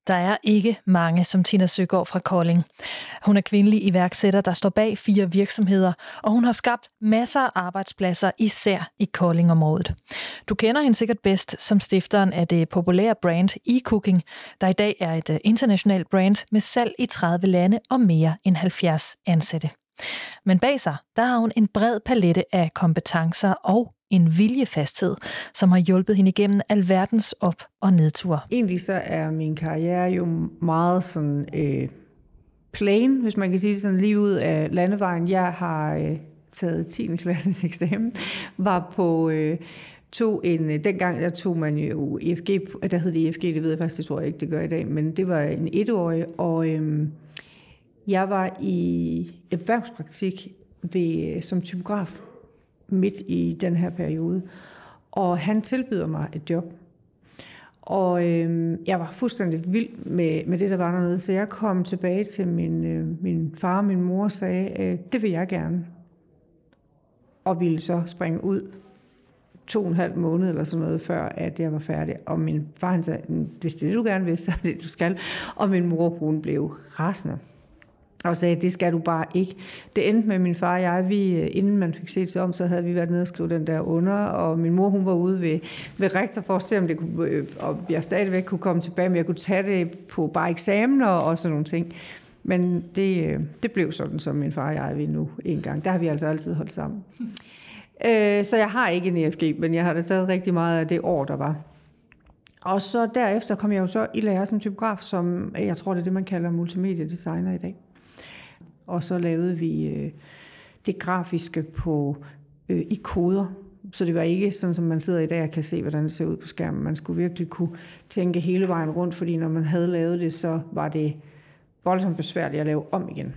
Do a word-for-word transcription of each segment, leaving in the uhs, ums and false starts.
Der er ikke mange som Tina Søgaard fra Kolding. Hun er kvindelig iværksætter, der står bag fire virksomheder, og hun har skabt masser af arbejdspladser, især i Kolding-området. Du kender hende sikkert bedst som stifteren af det populære brand eCooking, der i dag er et internationalt brand med salg i tredive lande og mere end halvfjerds ansatte. Men bag sig, der har hun en bred palette af kompetencer og en viljefasthed, som har hjulpet hende igennem alverdens op- og nedture. Egentlig så er min karriere jo meget sådan øh, plain, hvis man kan sige det sådan, lige ud af landevejen. Jeg har øh, taget tiende klasses eksamen, var på øh, tog en, dengang der tog man jo E F G, der hed det E F G, det ved jeg faktisk, det tror jeg ikke, det gør i dag, men det var en etårig, og øh, jeg var i erhvervspraktik ved, som typograf midt i den her periode. Og han tilbyder mig et job. Og øh, jeg var fuldstændig vild med, med det, der var dernede. Så jeg kom tilbage til min, øh, min far og min mor og sagde, øh, det vil jeg gerne. Og ville så springe ud to og en halv måned eller sådan noget, før at jeg var færdig. Og min far han sagde, hvis det er det, du gerne vil, så er det det, du skal. Og min mor, hun blev rasende. Og sagde, det skal du bare ikke. Det endte med min far og jeg, vi, inden man fik set sig om, så havde vi været nede og skrive den der under, og min mor, hun var ude ved, ved rektor for at se, om det kunne, og jeg stadigvæk kunne komme tilbage, men jeg kunne tage det på bare eksamener og sådan nogle ting. Men det, det blev sådan, som min far og jeg vi nu en gang. Der har vi altså altid holdt sammen. Så jeg har ikke en E F G, men jeg har da taget rigtig meget af det år, der var. Og så derefter kom jeg jo så i lære som typograf, som jeg tror, det er det, man kalder multimediedesigner i dag. Og så lavede vi øh, det grafiske på øh, i koder. Så det var ikke sådan, som man sidder i dag og kan se, hvordan det ser ud på skærmen. Man skulle virkelig kunne tænke hele vejen rundt, fordi når man havde lavet det, så var det voldsomt besværligt at lave om igen.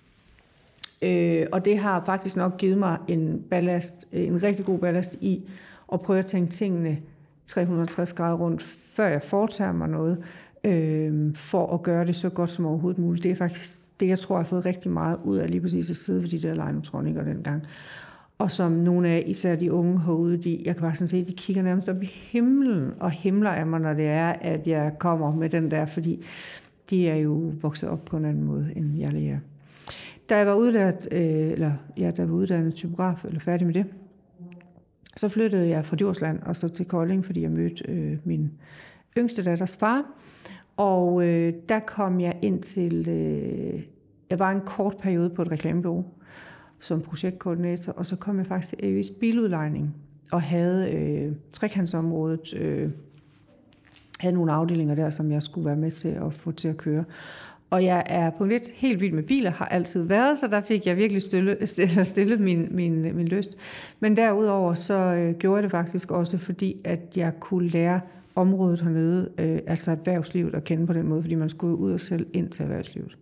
Øh, og det har faktisk nok givet mig en ballast, en rigtig god ballast i at prøve at tænke tingene tre hundrede og tres grader rundt, før jeg foretager mig noget, øh, for at gøre det så godt som overhovedet muligt. Det er faktisk det, jeg tror, jeg har fået rigtig meget ud af lige præcis at sidde ved de der Linotroniker dengang. Og som nogle af, især de unge herude, de, jeg kan bare sådan se, de kigger nærmest op i himlen og himler af mig, når det er, at jeg kommer med den der, fordi de er jo vokset op på en anden måde, end jeg lige er. Da jeg var udlært, øh, eller ja, da jeg var uddannet typograf, eller færdig med det, så flyttede jeg fra Djursland og så til Kolding, fordi jeg mødte øh, min yngste datters far. Og øh, der kom jeg ind til, øh, jeg var en kort periode på et reklamebureau som projektkoordinator, og så kom jeg faktisk til Avis biludlejning og havde øh, trekantsområdet, øh, havde nogle afdelinger der, som jeg skulle være med til at få til at køre. Og jeg er på lidt helt vild med biler, har altid været, så der fik jeg virkelig stillet, stillet min, min, min lyst. Men derudover så øh, gjorde jeg det faktisk også, fordi at jeg kunne lære området hernede, øh, altså erhvervslivet, at kende på den måde, fordi man skulle ud og sælge ind til erhvervslivet.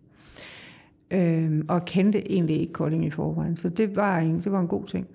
Øh, og kendte egentlig ikke Kolding i forvejen, så det var en, det var en god ting.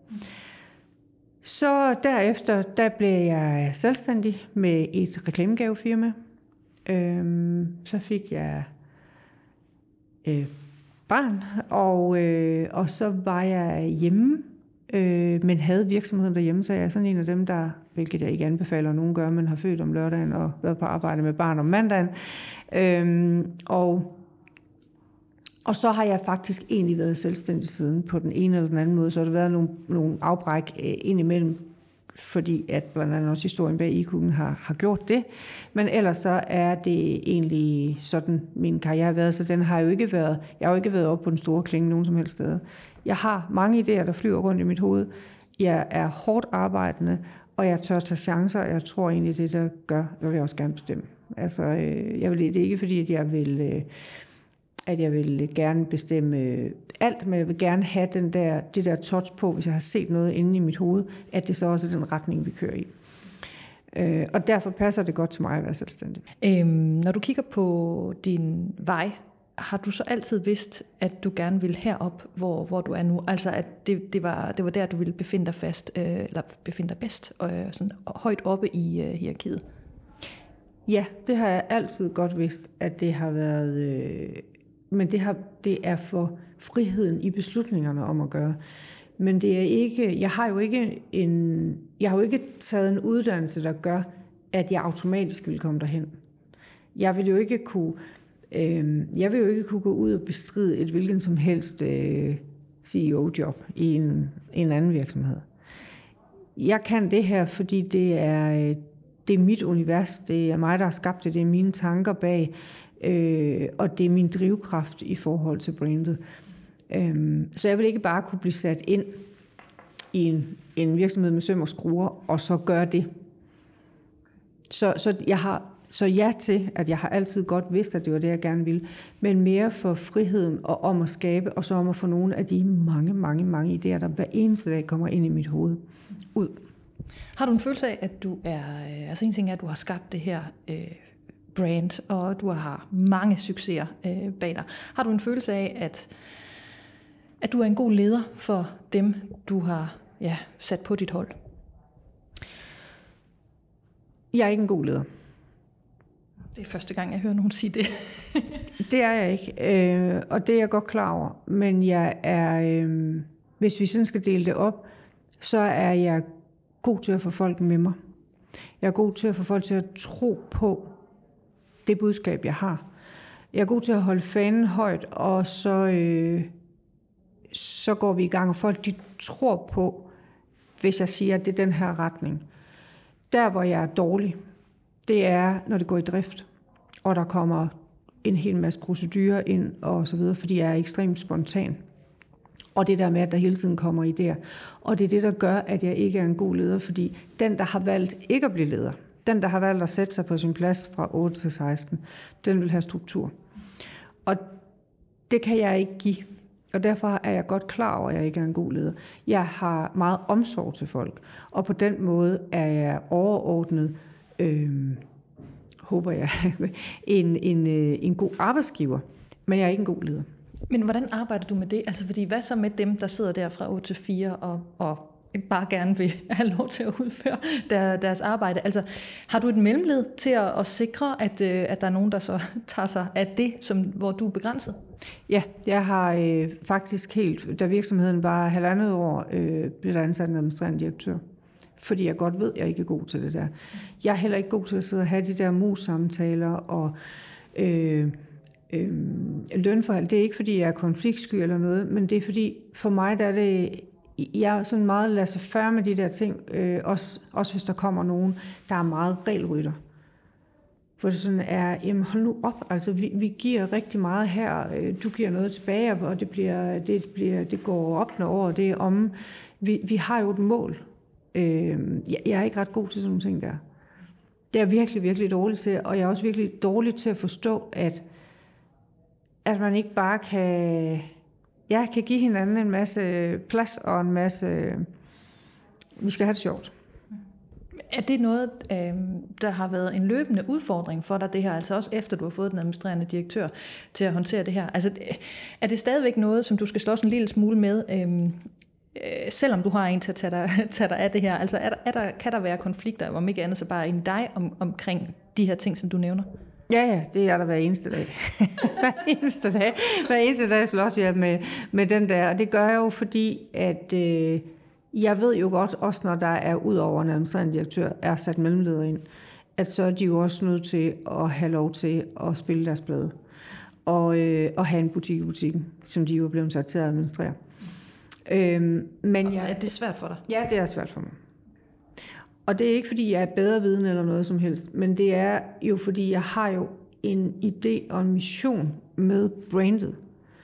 Så derefter, der blev jeg selvstændig med et reklamegavefirma. Øh, så fik jeg øh, barn, og, øh, og så var jeg hjemme, øh, men havde virksomheden derhjemme, så jeg er sådan en af dem, der, hvilket jeg ikke anbefaler, nogen gør, men har født om lørdagen og været på arbejde med barn om mandagen. Øh, og, og så har jeg faktisk egentlig været selvstændig siden på den ene eller den anden måde, så har der været nogle, nogle afbræk øh, indimellem, fordi at blandt andet også historien bag eCooking har, har gjort det. Men ellers så er det egentlig sådan, min karriere har været, så den har jo ikke været, jeg har jo ikke været oppe på den store klinge nogen som helst steder. Jeg har mange idéer, der flyver rundt i mit hoved. Jeg er hårdt arbejdende, og jeg tør tage chancer, og jeg tror egentlig, det der gør, jeg vil også gerne bestemme. Altså, øh, jeg vil det ikke, fordi at jeg vil... Øh, at jeg vil gerne bestemme alt, men jeg vil gerne have den der, det der touch på, hvis jeg har set noget inde i mit hoved, at det så også er den retning, vi kører i. Øh, og derfor passer det godt til mig at være selvstændig. Øhm, når du kigger på din vej, har du så altid vidst, at du gerne ville herop, hvor, hvor du er nu? Altså, at det, det, var, det var der, du ville befinde dig fast, øh, eller befinde dig bedst, øh, sådan højt oppe i øh, hierarkiet? Ja, det har jeg altid godt vidst, at det har været... Øh, Men det, har, det er for friheden i beslutningerne om at gøre. Men det er ikke, jeg har jo ikke en, jeg har jo ikke taget en uddannelse, der gør, at jeg automatisk vil komme derhen. Jeg vil jo ikke kunne, øh, jeg vil jo ikke kunne gå ud og bestride et hvilken som helst øh, C E O-job i en, en anden virksomhed. Jeg kan det her, fordi det er, det er mit univers, det er mig, der har skabt det, det er mine tanker bag, øh, og det er min drivkraft i forhold til brandet. Øh, så jeg vil ikke bare kunne blive sat ind i en, en virksomhed med søm og skruer, og så gøre det. Så, så jeg har så ja til, at jeg har altid godt vidst, at det var det, jeg gerne ville, men mere for friheden og om at skabe, og så om at få nogle af de mange, mange, mange idéer, der hver eneste dag kommer ind i mit hoved, ud. Har du en følelse af, at du er, altså en ting er, at du har skabt det her øh, brand, og du har mange succeser øh, bag dig. Har du en følelse af, at, at du er en god leder for dem, du har ja, sat på dit hold? Jeg er ikke en god leder. Det er første gang, jeg hører nogen sige det. Det er jeg ikke, øh, og det er jeg godt klar over. Men jeg er, øh, hvis vi sådan skal dele det op, så er jeg god til at få folk med mig. Jeg er god til at få folk til at tro på det budskab, jeg har. Jeg er god til at holde fanen højt, og så, øh, så går vi i gang, og folk de tror på, hvis jeg siger, at det er den her retning. Der, hvor jeg er dårlig, det er, når det går i drift, og der kommer en hel masse procedurer ind og så videre, fordi jeg er ekstremt spontan. Og det der med, at der hele tiden kommer idéer. Og det er det, der gør, at jeg ikke er en god leder, fordi den, der har valgt ikke at blive leder, den, der har valgt at sætte sig på sin plads fra otte til seksten, den vil have struktur. Og det kan jeg ikke give. Og derfor er jeg godt klar over, at jeg ikke er en god leder. Jeg har meget omsorg til folk, og på den måde er jeg overordnet, øh, håber jeg, en, en, en god arbejdsgiver, men jeg er ikke en god leder. Men hvordan arbejder du med det? Altså, fordi hvad så med dem, der sidder der fra otte til fire og, og bare gerne vil have lov til at udføre der, deres arbejde? Altså, har du et mellemled til at, at sikre, at, at der er nogen, der så tager sig af det, som, hvor du er begrænset? Ja, jeg har øh, faktisk helt, da virksomheden var halvandet år, øh, blev der ansat en administrerende direktør. Fordi jeg godt ved, at jeg ikke er god til det der. Jeg er heller ikke god til at sidde og have de der mus-samtaler og øh, øh, lønforhold. Det er ikke, fordi jeg er konfliktsky eller noget, men det er fordi, for mig der er det, jeg er sådan meget laissez-faire med de der ting, øh, også, også hvis der kommer nogen, der er meget regelrytter. For det sådan er, jamen hold nu op, altså vi, vi giver rigtig meget her, du giver noget tilbage, og det, bliver, det, bliver, det går op når over, det er om, vi, vi har jo et mål. Øh, jeg, jeg er ikke ret god til sådan nogle ting der. Det er jeg virkelig, virkelig dårlig til, og jeg er også virkelig dårlig til at forstå, at, at man ikke bare kan, ja, kan give hinanden en masse plads og en masse, vi skal have det sjovt. Er det noget, der har været en løbende udfordring for dig, det her, altså også efter du har fået den administrerende direktør til at håndtere det her? Altså, er det stadigvæk noget, som du skal slås en lille smule med, selvom du har en til at tage dig, tage dig af det her? Altså, er der, er der, kan der være konflikter, om ikke andet så bare i dig om, omkring de her ting, som du nævner? Ja, ja, det er der hver eneste dag. hver eneste dag. Hver eneste dag slås jeg med, med den der, og det gør jeg jo, fordi at øh, jeg ved jo godt, også når der er ud over en administrerende direktør, er sat mellemledere ind, at så er de jo også nødt til at have lov til at spille deres blade. Og, øh, og have en butik i butikken, som de jo er blevet sat til at administrere. Øhm, men og jeg, er det svært for dig? Ja, det er svært for mig. Og det er ikke, fordi jeg er bedre viden eller noget som helst, men det er jo, fordi jeg har jo en idé og en mission med brandet.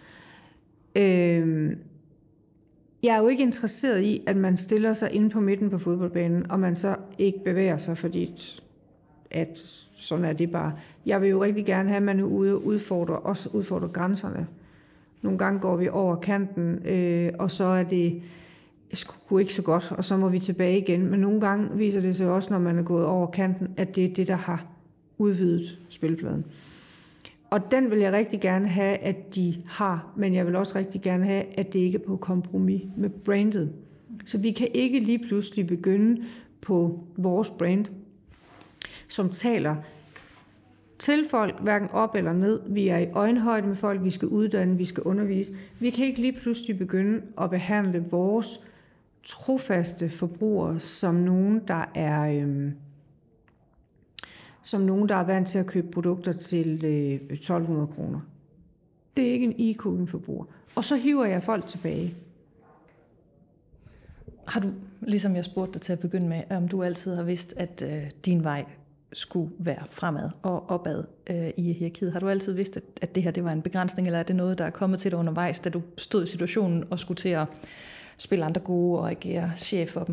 Øhm, Jeg er jo ikke interesseret i, at man stiller sig inde på midten på fodboldbanen, og man så ikke bevæger sig, fordi at sådan er det bare. Jeg vil jo rigtig gerne have, at man er ude og udfordre, også udfordre grænserne. Nogle gange går vi over kanten, øh, og så er det sgu ikke så godt, og så må vi tilbage igen. Men nogle gange viser det sig også, når man er gået over kanten, at det er det, der har udvidet spilpladen. Og den vil jeg rigtig gerne have, at de har, men jeg vil også rigtig gerne have, at det ikke er på kompromis med brandet. Så vi kan ikke lige pludselig begynde på vores brand, som taler til folk, hverken op eller ned. Vi er i øjenhøjde med folk, vi skal uddanne, vi skal undervise. Vi kan ikke lige pludselig begynde at behandle vores trofaste forbrugere som nogen, der er... Øhm, som nogen, der er vant til at købe produkter til øh, tolv hundrede kroner. Det er ikke en e-cooking-forbruger. Og så hiver jeg folk tilbage. Har du, ligesom jeg spurgte dig til at begynde med, om du altid har vidst, at øh, din vej skulle være fremad og opad øh, i hierarkiet? Har du altid vidst, at, at det her det var en begrænsning, eller er det noget, der er kommet til dig undervejs, da du stod i situationen og skulle til at spille andre gode og agere chef for dem?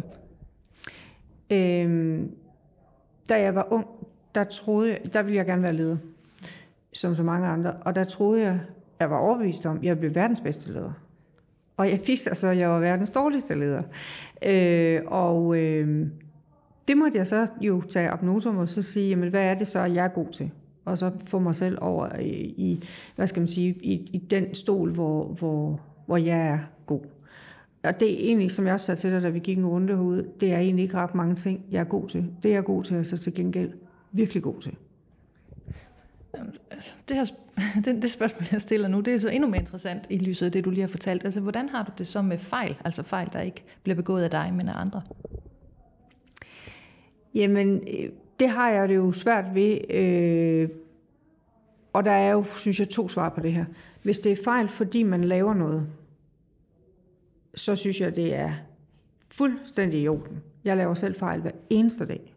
Øhm, da jeg var ung, der troede jeg, der ville jeg gerne være leder, som så mange andre, og der troede jeg, jeg var overbevist om, at jeg blev verdens bedste leder. Og jeg fik altså, at jeg var verdens dårligste leder. Øh, og øh, det måtte jeg så jo tage op notum og så sige, jamen, hvad er det så, jeg er god til? Og så få mig selv over i, i hvad skal man sige, i, i den stol, hvor, hvor, hvor jeg er god. Og det er egentlig, som jeg også sagde til dig, da vi gik en runde herude, det er egentlig ikke ret mange ting, jeg er god til. Det jeg er god til, er så til gengæld virkelig god til. Det, her, det, det spørgsmål, jeg stiller nu, det er så endnu mere interessant i lyset af det, du lige har fortalt. Altså, hvordan har du det så med fejl? Altså fejl, der ikke bliver begået af dig, men af andre? Jamen, det har jeg det jo svært ved. Øh, og der er jo, synes jeg, to svar på det her. Hvis det er fejl, fordi man laver noget, så synes jeg, det er fuldstændig i orden. Jeg laver selv fejl hver eneste dag.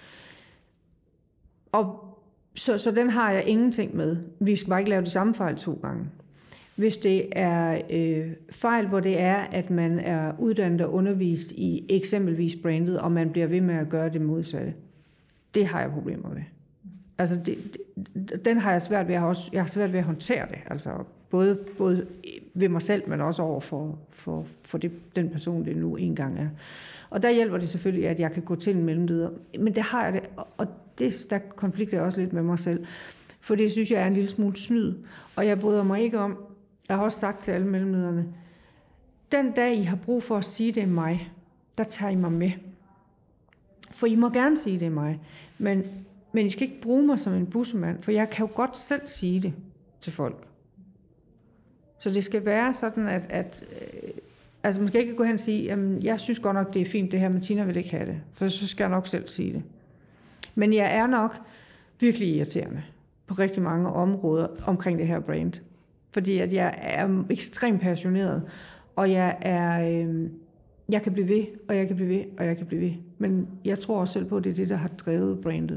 Og så, så den har jeg ingenting med. Vi skal bare ikke lave de samme fejl to gange. Hvis det er øh, fejl, hvor det er, at man er uddannet og undervist i eksempelvis brandet, og man bliver ved med at gøre det modsatte, det har jeg problemer med. Altså, det, det, den har jeg svært ved. Jeg har, også, jeg har svært ved at håndtere det. Altså, både, både ved mig selv, men også over for, for, for det, den person, det nu engang er. Og der hjælper det selvfølgelig, at jeg kan gå til en mellemleder. Men det har jeg det, og det, der konflikter jeg også lidt med mig selv. For det synes jeg er en lille smule snyd. Og jeg bryder mig ikke om, jeg har også sagt til alle mellemlederne, den dag I har brug for at sige, det er mig, der tager I mig med. For I må gerne sige, det er mig. Men, men I skal ikke bruge mig som en bussemand, for jeg kan jo godt selv sige det til folk. Så det skal være sådan, at, at altså man skal ikke gå hen og sige, jamen, jeg synes godt nok, det er fint det her, men Tina vil ikke have det. For så skal jeg nok selv sige det. Men jeg er nok virkelig irriterende på rigtig mange områder omkring det her brand. Fordi at jeg er ekstremt passioneret, og jeg er, øh, jeg kan blive ved, og jeg kan blive ved, og jeg kan blive ved. Men jeg tror også selv på, at det er det, der har drevet brandet.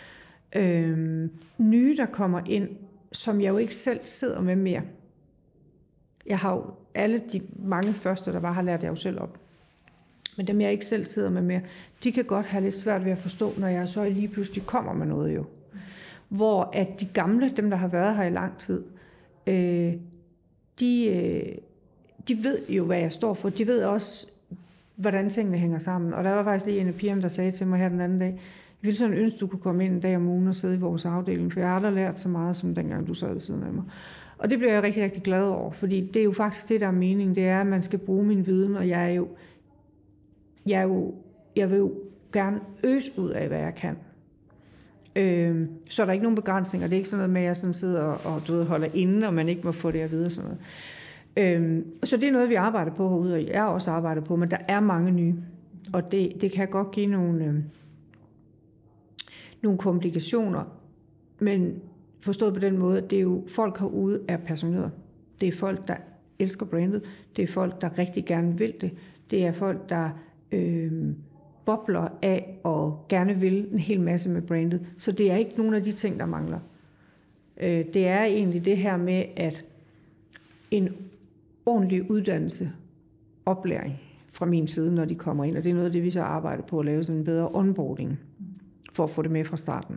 Øh, nye, der kommer ind, som jeg jo ikke selv sidder med mere. Jeg har jo alle de mange første, der bare har lært jeg jo selv op. Men dem, jeg ikke selv sidder med mere, de kan godt have lidt svært ved at forstå, når jeg så lige pludselig kommer med noget jo. Hvor at de gamle, dem der har været her i lang tid, øh, de, øh, de ved jo, hvad jeg står for. De ved også, hvordan tingene hænger sammen. Og der var faktisk lige en af pigerne, der sagde til mig her den anden dag, jeg ville sådan ønske, du kunne komme ind en dag om ugen og sidde i vores afdeling, for jeg har aldrig lært så meget, som dengang du sad ved siden af mig. Og det bliver jeg rigtig, rigtig glad over, fordi det er jo faktisk det, der er meningen. Det er, at man skal bruge min viden, og jeg er jo, jeg, er jo, jeg vil jo gerne øse ud af, hvad jeg kan. Øh, så er der ikke nogen begrænsninger. Det er ikke sådan noget med, at jeg sådan sidder og, og du ved, holder inde, og man ikke må få det at vide. Sådan noget. Øh, så det er noget, vi arbejder på herude, og jeg også arbejder på, men der er mange nye. Og det, det kan godt give nogle, øh, nogle komplikationer, men forstået på den måde, at det er jo folk herude er passionerede. Det er folk, der elsker brandet. Det er folk, der rigtig gerne vil det. Det er folk, der øh, bobler af og gerne vil en hel masse med brandet. Så det er ikke nogen af de ting, der mangler. Øh, det er egentlig det her med, at en ordentlig uddannelse, oplæring fra min side, når de kommer ind, og det er noget af det, vi så arbejder på at lave sådan en bedre onboarding, for at få det med fra starten.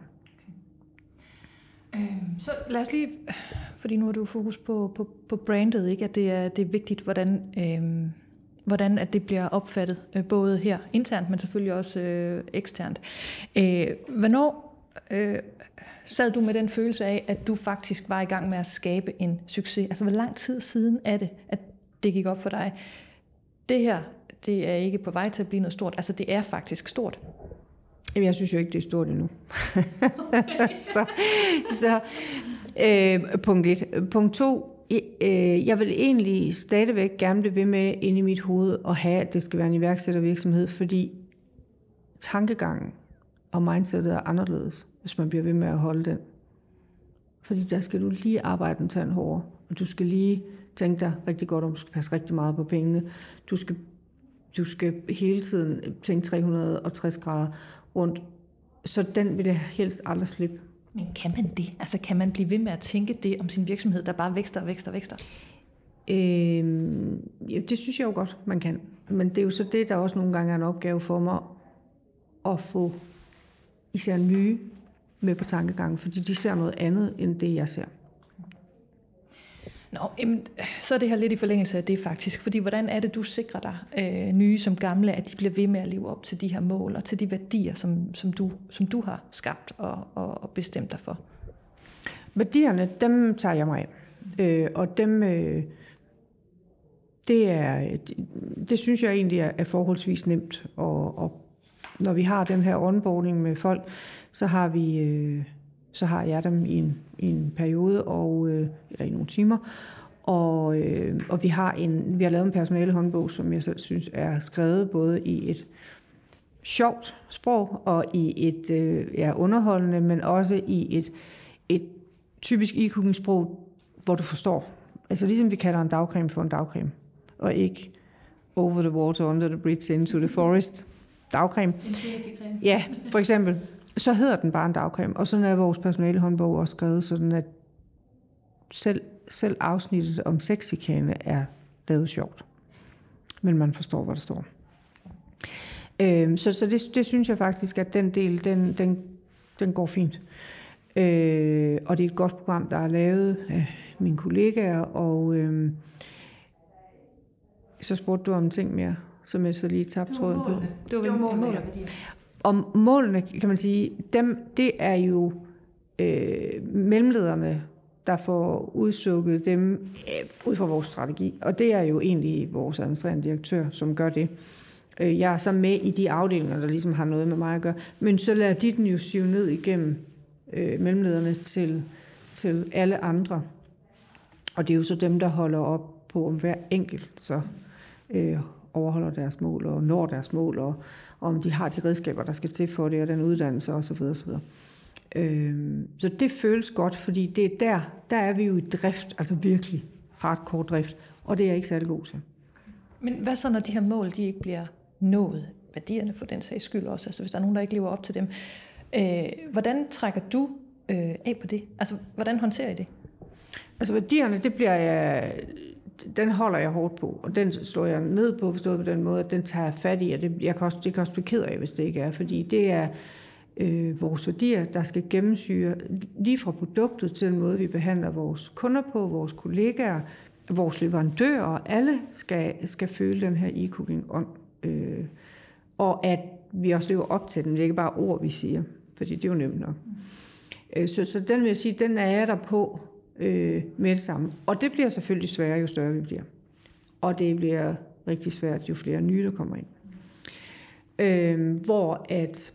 Så lad os lige, fordi nu har du fokus på, på, på brandet, ikke? At det er, det er vigtigt, hvordan, øh, hvordan at det bliver opfattet, øh, både her internt, men selvfølgelig også øh, eksternt. Øh, hvornår øh, sad du med den følelse af, at du faktisk var i gang med at skabe en succes? Altså, hvor lang tid siden er det, at det gik op for dig? Det her, det er ikke på vej til at blive noget stort. Altså, det er faktisk stort. Jamen, jeg synes jo ikke, det er stort endnu. så så øh, punkt et. Punkt to. Øh, jeg vil egentlig stadigvæk gerne blive ved med inde i mit hoved og have, at det skal være en iværksættervirksomhed, fordi tankegangen og mindsetet er anderledes. hvis man bliver ved med at holde den. Fordi der skal du lige arbejde en tand hårdere, og du skal lige tænke dig rigtig godt om, du skal passe rigtig meget på pengene. Du skal, du skal hele tiden tænke tre hundrede og tres grader rundt, så den vil det helst aldrig slippe. Men kan man det? Altså kan man blive ved med at tænke det om sin virksomhed, der bare vækster og vækster og vækster? Øhm, ja, det synes jeg jo godt, man kan. Men det er jo så det, der også nogle gange er en opgave for mig, at få især nye med på tankegangen, fordi de ser noget andet, end det jeg ser. Nå, jamen, så er det her lidt i forlængelse af det faktisk, fordi hvordan er det, du sikrer dig, øh, nye som gamle, at de bliver ved med at leve op til de her mål, og til de værdier, som, som, du, som du har skabt og, og, og bestemt dig for? Værdierne, dem tager jeg mig af, øh, og dem, øh, det, er, det, det synes jeg egentlig er, er forholdsvis nemt, og, og når vi har den her onboarding med folk, så har vi... Øh, så har jeg dem i en, i en periode, og, øh, eller i nogle timer, og, øh, og vi, har en, vi har lavet en personalehåndbog, som jeg selv synes er skrevet både i et sjovt sprog, og i et øh, ja, underholdende, men også i et, et typisk e-cooking-sprog, hvor du forstår. Altså ligesom vi kalder en dagcreme for en dagcreme, og ikke over the water, under the bridge, into the forest. Dagcreme. Ja, for eksempel. Så hedder den bare en dagcreme, og sådan er vores personalehåndbog også skrevet, sådan at selv, selv afsnittet om sexchikane er lavet sjovt. Men man forstår, hvad der står. Øhm, så så det, det synes jeg faktisk, at den del, den, den, den går fint. Øh, og det er et godt program, der er lavet af mine kollegaer, og øh, så spurgte du om en ting mere, som jeg så lige tabte tråden på. Det var målene. Mål, Og målene, kan man sige, dem, det er jo øh, mellemlederne, der får udsukket dem øh, ud fra vores strategi. Og det er jo egentlig vores administrerende direktør, som gør det. Øh, jeg er så med i de afdelinger, der ligesom har noget med mig at gøre. Men så lader de den jo sive ned igennem øh, mellemlederne til, til alle andre. Og det er jo så dem, der holder op på, om hver enkelt så øh, overholder deres mål og når deres mål, og om de har de redskaber, der skal til for det, og den uddannelse osv. osv. Øhm, så det føles godt, fordi det er der, der er vi jo i drift, altså virkelig hardcore drift, og det er jeg ikke særlig god til. Men hvad så, når de her mål, de ikke bliver nået? Værdierne for den sags skyld også, altså hvis der er nogen, der ikke lever op til dem. Øh, hvordan trækker du øh, af på det? Altså, hvordan håndterer I det? Altså værdierne, det bliver jeg... Den holder jeg hårdt på, og den slår jeg ned på, forstået på den måde, at den tager jeg fat i, og det, jeg kan også, det kan også blive ked af, hvis det ikke er, fordi det er øh, vores værdier, der skal gennemsyre lige fra produktet til den måde, vi behandler vores kunder på, vores kollegaer, vores leverandører, alle skal, skal føle den her e-cooking-ånd, øh, og at vi også lever op til den, det er ikke bare ord, vi siger, fordi det er jo nemt nok. Mm. Så, så den vil jeg sige, den er jeg der på, Øh, med det samme. Og det bliver selvfølgelig sværere, jo større vi bliver. Og det bliver rigtig svært, jo flere nye, der kommer ind. Øh, hvor at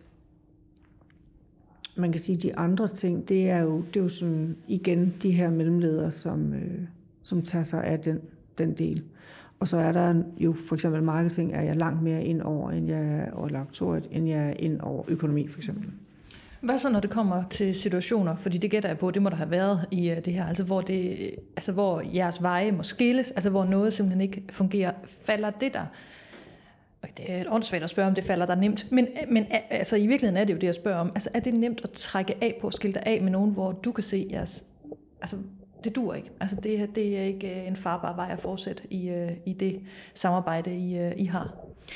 man kan sige, de andre ting, det er jo, det er jo sådan, igen de her mellemledere, som, øh, som tager sig af den, den del. Og så er der jo for eksempel marketing, er jeg langt mere ind over, end jeg er over laboratoriet, end jeg er ind over økonomi for eksempel. Hvad så, når det kommer til situationer, fordi det gætter jeg på, det må der have været i det her, altså hvor, det, altså hvor jeres veje må skilles, altså hvor noget simpelthen ikke fungerer, falder det der? Det er et åndssvagt at spørge, om det falder der nemt, men, men altså, i virkeligheden er det jo det, jeg spørger om. Altså er det nemt at trække af på, skille dig af med nogen, hvor du kan se jeres, altså det duer ikke, altså det, det er ikke en farbar vej at fortsætte i, i det samarbejde, I, I har?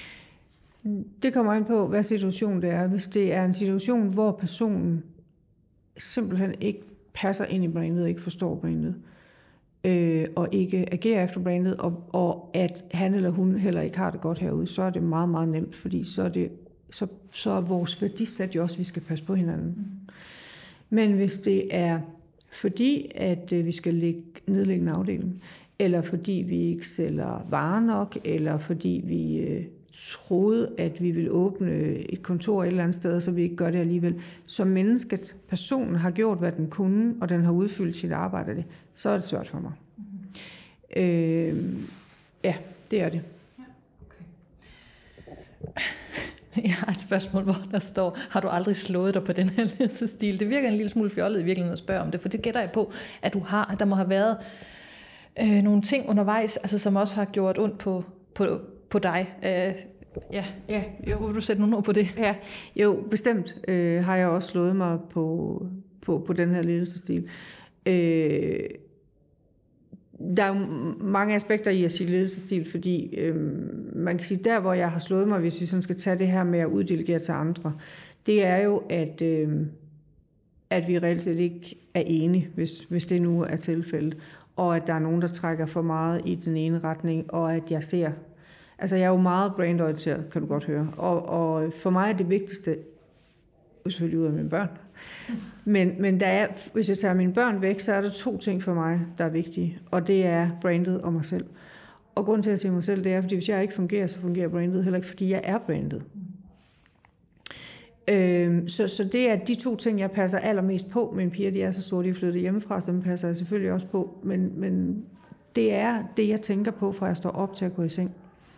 Det kommer ind på, hvad situationen det er. Hvis det er en situation, hvor personen simpelthen ikke passer ind i brandet, og ikke forstår brandet, øh, og ikke agerer efter brandet, og, og at han eller hun heller ikke har det godt herude, så er det meget, meget nemt, fordi så er, det, så, så er vores værdisæt jo også, at vi skal passe på hinanden. Mm. Men hvis det er fordi, at øh, vi skal lægge, nedlægge en afdeling, eller fordi vi ikke sælger varer nok, eller fordi vi... Øh, troede, at vi ville åbne et kontor et eller andet sted, så vi ikke gør det alligevel. Så mennesket, personen har gjort, hvad den kunne, og den har udfyldt sit arbejde af det, så er det svært for mig. Mm-hmm. Øh, ja, det er det. Ja, okay. Jeg har et spørgsmål, hvor der står, har du aldrig slået dig på den her ledelsesstil? Det virker en lille smule fjollet i virkeligheden at spørge om det, for det gætter jeg på, at du har, at der må have været øh, nogle ting undervejs, altså, som også har gjort ondt på, på, på dig. Øh, ja, ja, jo. Vil du sætte nogle ord på det? Ja, jo, bestemt øh, har jeg også slået mig på, på, på den her ledelsesstil. Øh, Der er jo mange aspekter i at sige ledelsesstil, fordi øh, man kan sige, der hvor jeg har slået mig, hvis vi sådan skal tage det her med at uddelegere til andre, det er jo, at, øh, at vi reelt set ikke er enige, hvis, hvis det nu er tilfældet, og at der er nogen, der trækker for meget i den ene retning, og at jeg ser, altså jeg er jo meget brandorienteret, kan du godt høre, og, og for mig er det vigtigste, selvfølgelig ud af mine børn, Men, men der er, hvis jeg tager mine børn væk, så er der to ting for mig, der er vigtige. Og det er brandet og mig selv. Og grunden til at sige mig selv, det er, fordi hvis jeg ikke fungerer, så fungerer brandet heller ikke, fordi jeg er brandet. Mm. Øhm, så, så det er de to ting, jeg passer allermest på. Mine piger, de er så store, de er flyttet hjemmefra, så dem passer jeg selvfølgelig også på. Men, men det er det, jeg tænker på, fra jeg står op til at gå i seng.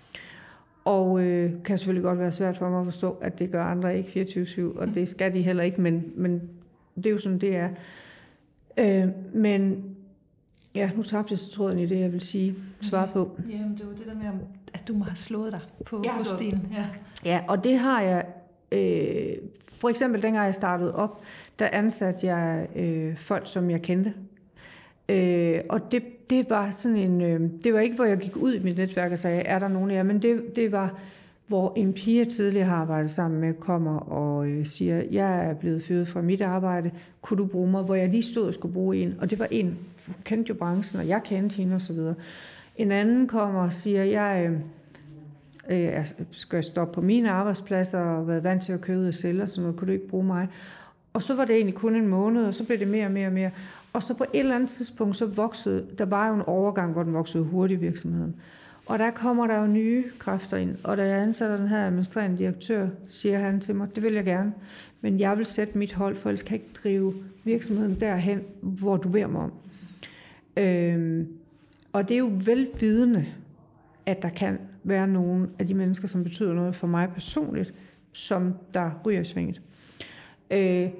Og øh, kan selvfølgelig godt være svært for mig at forstå, at det gør andre ikke fireogtyve syv, og det skal de heller ikke, men, men det er jo sådan, det er. Øh, men ja, nu tabte jeg så tråden i det, jeg vil sige, svare på. Jamen, det var det der med, at du må have slået dig på, ja, på stilen. Ja. ja, og det har jeg, øh, for eksempel dengang jeg startede op, der ansatte jeg øh, folk, som jeg kendte. Øh, og det, det var sådan en, øh, det var ikke, hvor jeg gik ud i mit netværk og sagde, er der nogen af jer, men det, det var, hvor en pige tidligere har arbejdet sammen med, kommer og øh, siger, jeg er blevet fyret fra mit arbejde, kunne du bruge mig, hvor jeg lige stod og skulle bruge en, og det var en, kendte jo branchen, og jeg kendte hende og så videre. En anden kommer og siger, jeg øh, øh, skal stoppe på mine arbejdspladser og været vant til at købe ud og sælge og sådan noget, kunne du ikke bruge mig? Og så var det egentlig kun en måned, og så blev det mere og mere og mere. Og så på et eller andet tidspunkt, så voksede, der var jo en overgang, hvor den voksede hurtigt i virksomheden. Og der kommer der jo nye kræfter ind. Og da jeg ansætter den her administrerende direktør, siger han til mig, det vil jeg gerne, men jeg vil sætte mit hold, for ellers kan jeg ikke drive virksomheden derhen, hvor du beder mig om. Øhm, og det er jo velvidende, at der kan være nogle af de mennesker, som betyder noget for mig personligt, som der ryger i svinget. Øh,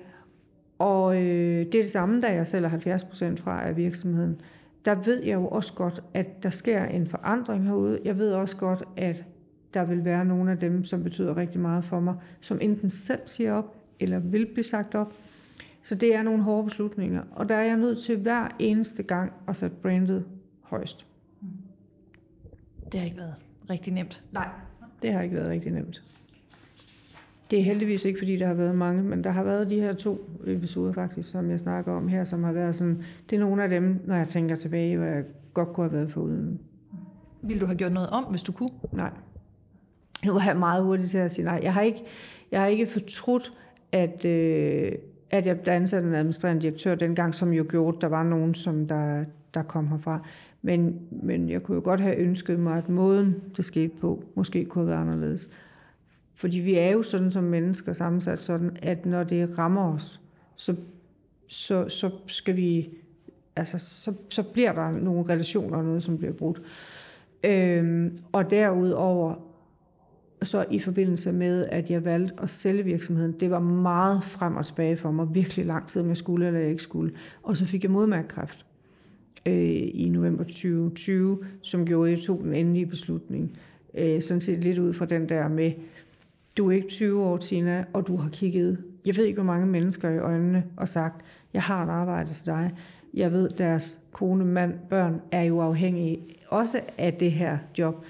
og øh, det er det samme, da jeg sælger halvfjerds procent fra af virksomheden. Der ved jeg jo også godt, at der sker en forandring herude. Jeg ved også godt, at der vil være nogle af dem, som betyder rigtig meget for mig, som enten selv siger op, eller vil blive sagt op. Så det er nogle hårde beslutninger. Og der er jeg nødt til hver eneste gang at sætte brandet højst. Det har ikke været rigtig nemt. Nej, det har ikke været rigtig nemt. Det er heldigvis ikke, fordi der har været mange, men der har været de her to episoder faktisk, som jeg snakker om her, som har været sådan, det er nogle af dem, når jeg tænker tilbage, hvor jeg godt kunne have været foruden. Vil du have gjort noget om, hvis du kunne? Nej. Nu er jeg meget hurtigt til at sige nej. Jeg har ikke, jeg har ikke fortrudt, at, øh, at jeg blev ansat en administrerende direktør dengang, som jo gjorde, der var nogen, som der, der kom herfra. Men, men jeg kunne jo godt have ønsket mig, at måden, det skete på, måske kunne have været anderledes. Fordi vi er jo sådan som mennesker sammensat sådan, at når det rammer os, så, så, så skal vi, altså så, så bliver der nogle relationer og noget, som bliver brudt. Øhm, og derudover, så i forbindelse med, at jeg valgte at sælge virksomheden, det var meget frem og tilbage for mig, virkelig lang tid, om jeg skulle eller jeg ikke skulle. Og så fik jeg modmærkekræft øh, i november tyve tyve, som gjorde, at jeg tog den endelige beslutning. Øh, sådan set lidt ud fra den der med, du er ikke tyve år, Tina, og du har kigget, jeg ved ikke, hvor mange mennesker i øjnene og sagt, jeg har et arbejde til dig. Jeg ved, deres kone, mand, børn er jo afhængige også af det her job.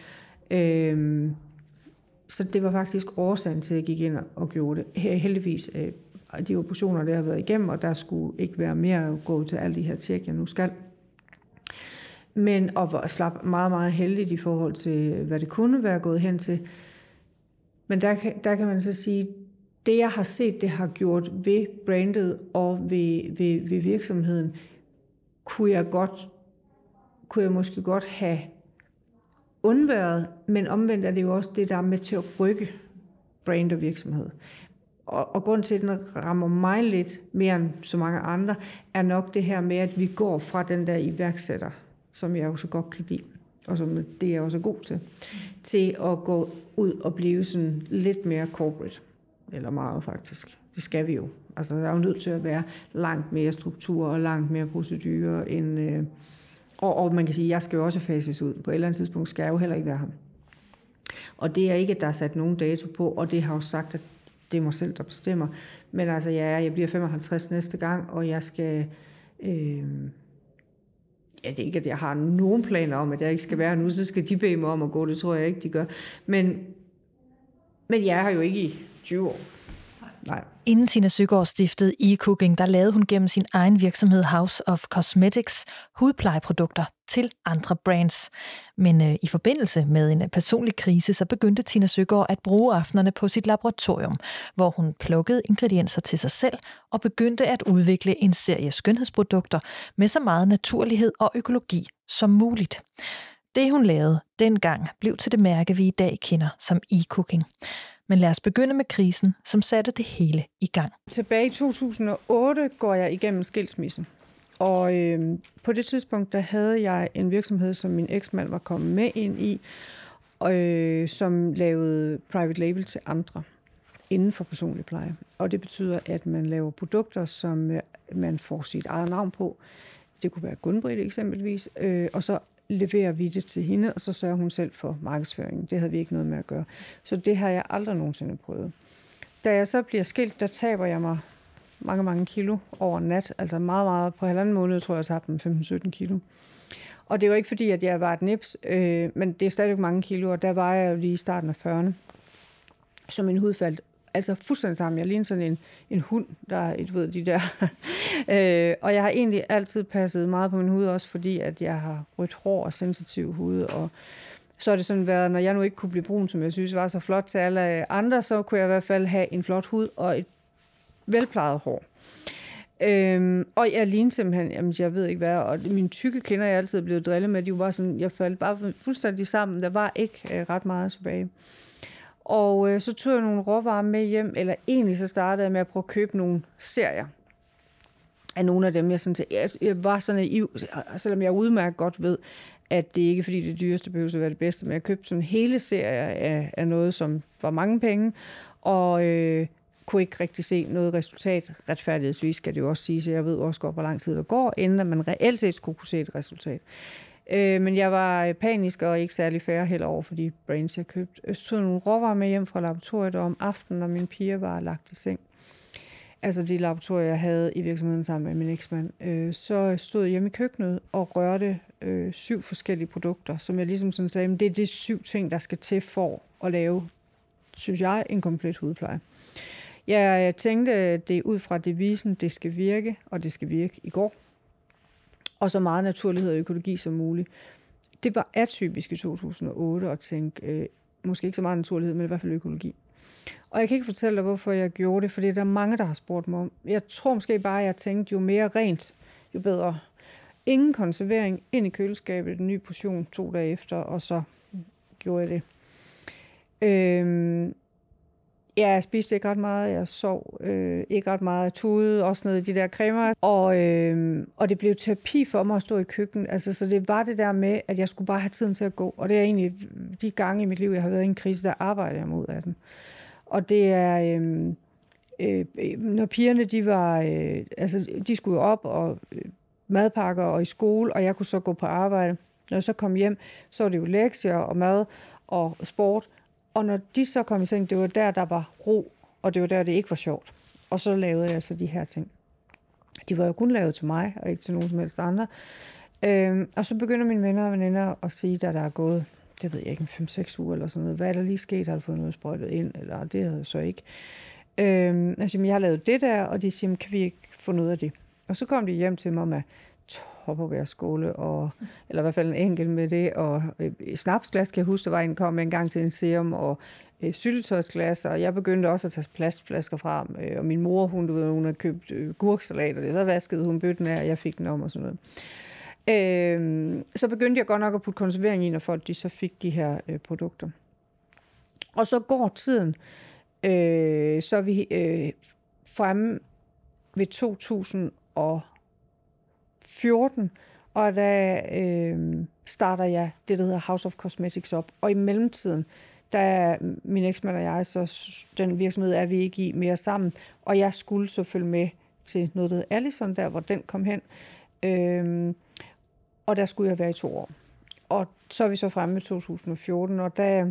Øhm, så det var faktisk årsagen til, at jeg gik ind og gjorde det. Heldigvis øh, de operationer, der har været igennem, og der skulle ikke være mere at gå til alle de her tjek, jeg nu skal. Men og slap meget, meget heldigt i forhold til, hvad det kunne være gået hen til. Men der kan, der kan man så sige, det jeg har set, det har gjort ved brandet og ved, ved, ved virksomheden, kunne jeg godt, kunne jeg måske godt have undværet, men omvendt er det jo også det, der er med til at rykke brand og virksomhed. Og, og grund til, at den rammer mig lidt mere end så mange andre, er nok det her med, at vi går fra den der iværksætter, som jeg jo så godt kan lide. og som det er jeg også god til, til at gå ud og blive sådan lidt mere corporate, eller meget faktisk. Det skal vi jo. Altså der er jo nødt til at være langt mere struktur og langt mere procedurer end... Øh, og, og man kan sige, at jeg skal jo også fases ud. På et eller andet tidspunkt skal jeg jo heller ikke være ham. Og det er ikke, at der er sat nogen dato på, og det har jo sagt, at det er mig selv, der bestemmer. Men altså, ja, jeg bliver femoghalvtreds næste gang, og jeg skal... Øh, ja, det er ikke, at jeg har nogen planer om, at jeg ikke skal være nu, så skal de bede mig om at gå. Det tror jeg ikke, de gør. Men, men jeg har jo ikke i tyve år. Nej. Inden Tina Søgaard stiftede eCooking, der lavede hun gennem sin egen virksomhed House of Cosmetics hudplejeprodukter til andre brands. Men øh, i forbindelse med en personlig krise, så begyndte Tina Søgaard at bruge aftenerne på sit laboratorium, hvor hun plukkede ingredienser til sig selv og begyndte at udvikle en serie skønhedsprodukter med så meget naturlighed og økologi som muligt. Det hun lavede dengang blev til det mærke, vi i dag kender som eCooking. Men lad os begynde med krisen, som satte det hele i gang. Tilbage i to tusind og otte går jeg igennem skilsmisse. Og øh, på det tidspunkt, der havde jeg en virksomhed, som min eksmand var kommet med ind i, øh, som lavede private label til andre inden for personlig pleje. Og det betyder, at man laver produkter, som man får sit eget navn på. Det kunne være Gunn-Britt eksempelvis, øh, og så leverer vi det til hende, og så sørger hun selv for markedsføringen. Det havde vi ikke noget med at gøre. Så det har jeg aldrig nogensinde prøvet. Da jeg så bliver skilt, der taber jeg mig mange, mange kilo over nat. Altså meget, meget. På halvanden måned, tror jeg, jeg tabte dem femten sytten kilo. Og det var ikke fordi, at jeg var et nips, øh, men det er stadigvæk mange kilo, og der var jeg jo lige i starten af fyrrerne. Så min hud faldt altså fuldstændig sammen. Jeg ligner sådan en, en hund, der er et, ved de der. øh, og jeg har egentlig altid passet meget på min hud, også fordi, at jeg har rødt hår og sensitiv hud. Og så er det sådan været, når jeg nu ikke kunne blive brun, som jeg synes var så flot til alle andre, så kunne jeg i hvert fald have en flot hud og et velplejet hår. Øhm, og jeg lignede simpelthen, jamen jeg ved ikke hvad, og mine tykke kinder, jeg altid er blevet drillet med, de var sådan, jeg faldt bare fuldstændig sammen. Der var ikke øh, ret meget tilbage. Og øh, så tog jeg nogle råvarer med hjem, eller egentlig så startede jeg med at prøve at købe nogle serier af nogle af dem, jeg sådan set, jeg, jeg var så naiv, selvom jeg udmærket godt ved, at det ikke er fordi det dyreste behøver at være det bedste, men jeg købte sådan hele serier af, af noget, som var mange penge, og øh, kunne ikke rigtig se noget resultat. Retfærdighedsvis skal det jo også sige, så jeg ved også godt, hvor lang tid der går, inden at man reelt set skulle kunne se et resultat. Øh, men jeg var panisk og ikke særlig fair heller over for de brands, jeg købte. Så tog jeg nogle råvarer med hjem fra laboratoriet om aftenen, når mine piger var lagt i seng. Altså de laboratorier, jeg havde i virksomheden sammen med min eksmand. Øh, så stod jeg hjemme i køkkenet og rørte øh, syv forskellige produkter, som jeg ligesom sådan sagde, det er de syv ting, der skal til for at lave, synes jeg, en komplet hudpleje. Jeg tænkte det ud fra devisen, det skal virke, og det skal virke i går. Og så meget naturlighed og økologi som muligt. Det var atypisk i to tusind og otte at tænke, øh, måske ikke så meget naturlighed, men i hvert fald økologi. Og jeg kan ikke fortælle dig, hvorfor jeg gjorde det, for det er der mange, der har spurgt mig om. Jeg tror måske bare, at jeg tænkte, jo mere rent, jo bedre. Ingen konservering, ind i køleskabet, en ny portion to dage efter, og så gjorde jeg det. Øhm, Ja, jeg spiste ikke ret meget, jeg sov øh, ikke ret meget, jeg tudede også noget af de der cremer, og, øh, og det blev terapi for mig at stå i køkkenet, altså, så det var det der med, at jeg skulle bare have tiden til at gå, og det er egentlig de gange i mit liv, jeg har været i en krise, der arbejder jeg mod af den. Og det er, øh, øh, når pigerne, de var, øh, altså, de skulle jo op og øh, madpakker og i skole, og jeg kunne så gå på arbejde. Når jeg så kom hjem, så var det jo lektier og mad og sport. Og når de så kom i seng, det var der, der var ro, og det var der, det ikke var sjovt. Og så lavede jeg altså de her ting. De var jo kun lavet til mig, og ikke til nogen som helst andre. Øhm, og så begynder mine venner og veninder at sige, at der er gået, det ved jeg ikke, fem seks uger eller sådan noget. Hvad er der lige sket? Har du fået noget sprøjtet ind? Eller det havde jeg så ikke. Øhm, altså, jeg har lavet det der, og de siger, kan vi ikke få noget af det? Og så kom de hjem til mig med topperværskåle, og eller i hvert fald en enkelt med det, og øh, snapsglas, kan jeg huske, der var en, kom med en gang til en serum, og øh, syltetøjsglas, og jeg begyndte også at tage plastflasker frem, øh, og min mor, hun, du ved, hun havde købt øh, gurksalat, og det, så vaskede hun bøtten af, og jeg fik den om, og sådan noget. Øh, så begyndte jeg godt nok at putte konservering i, når folk de så fik de her øh, produkter. Og så går tiden, øh, så er vi øh, fremme ved to tusind og fjorten, Og der øh, starter jeg det, der hedder House of Cosmetics op. Og i mellemtiden, der er min eksmand og jeg, så den virksomhed er vi ikke i mere sammen. Og jeg skulle så følge med til noget, der hedder Allison, der hvor den kom hen. Øh, og der skulle jeg være i to år. Og så er vi så fremme med to tusind og fjorten, og der...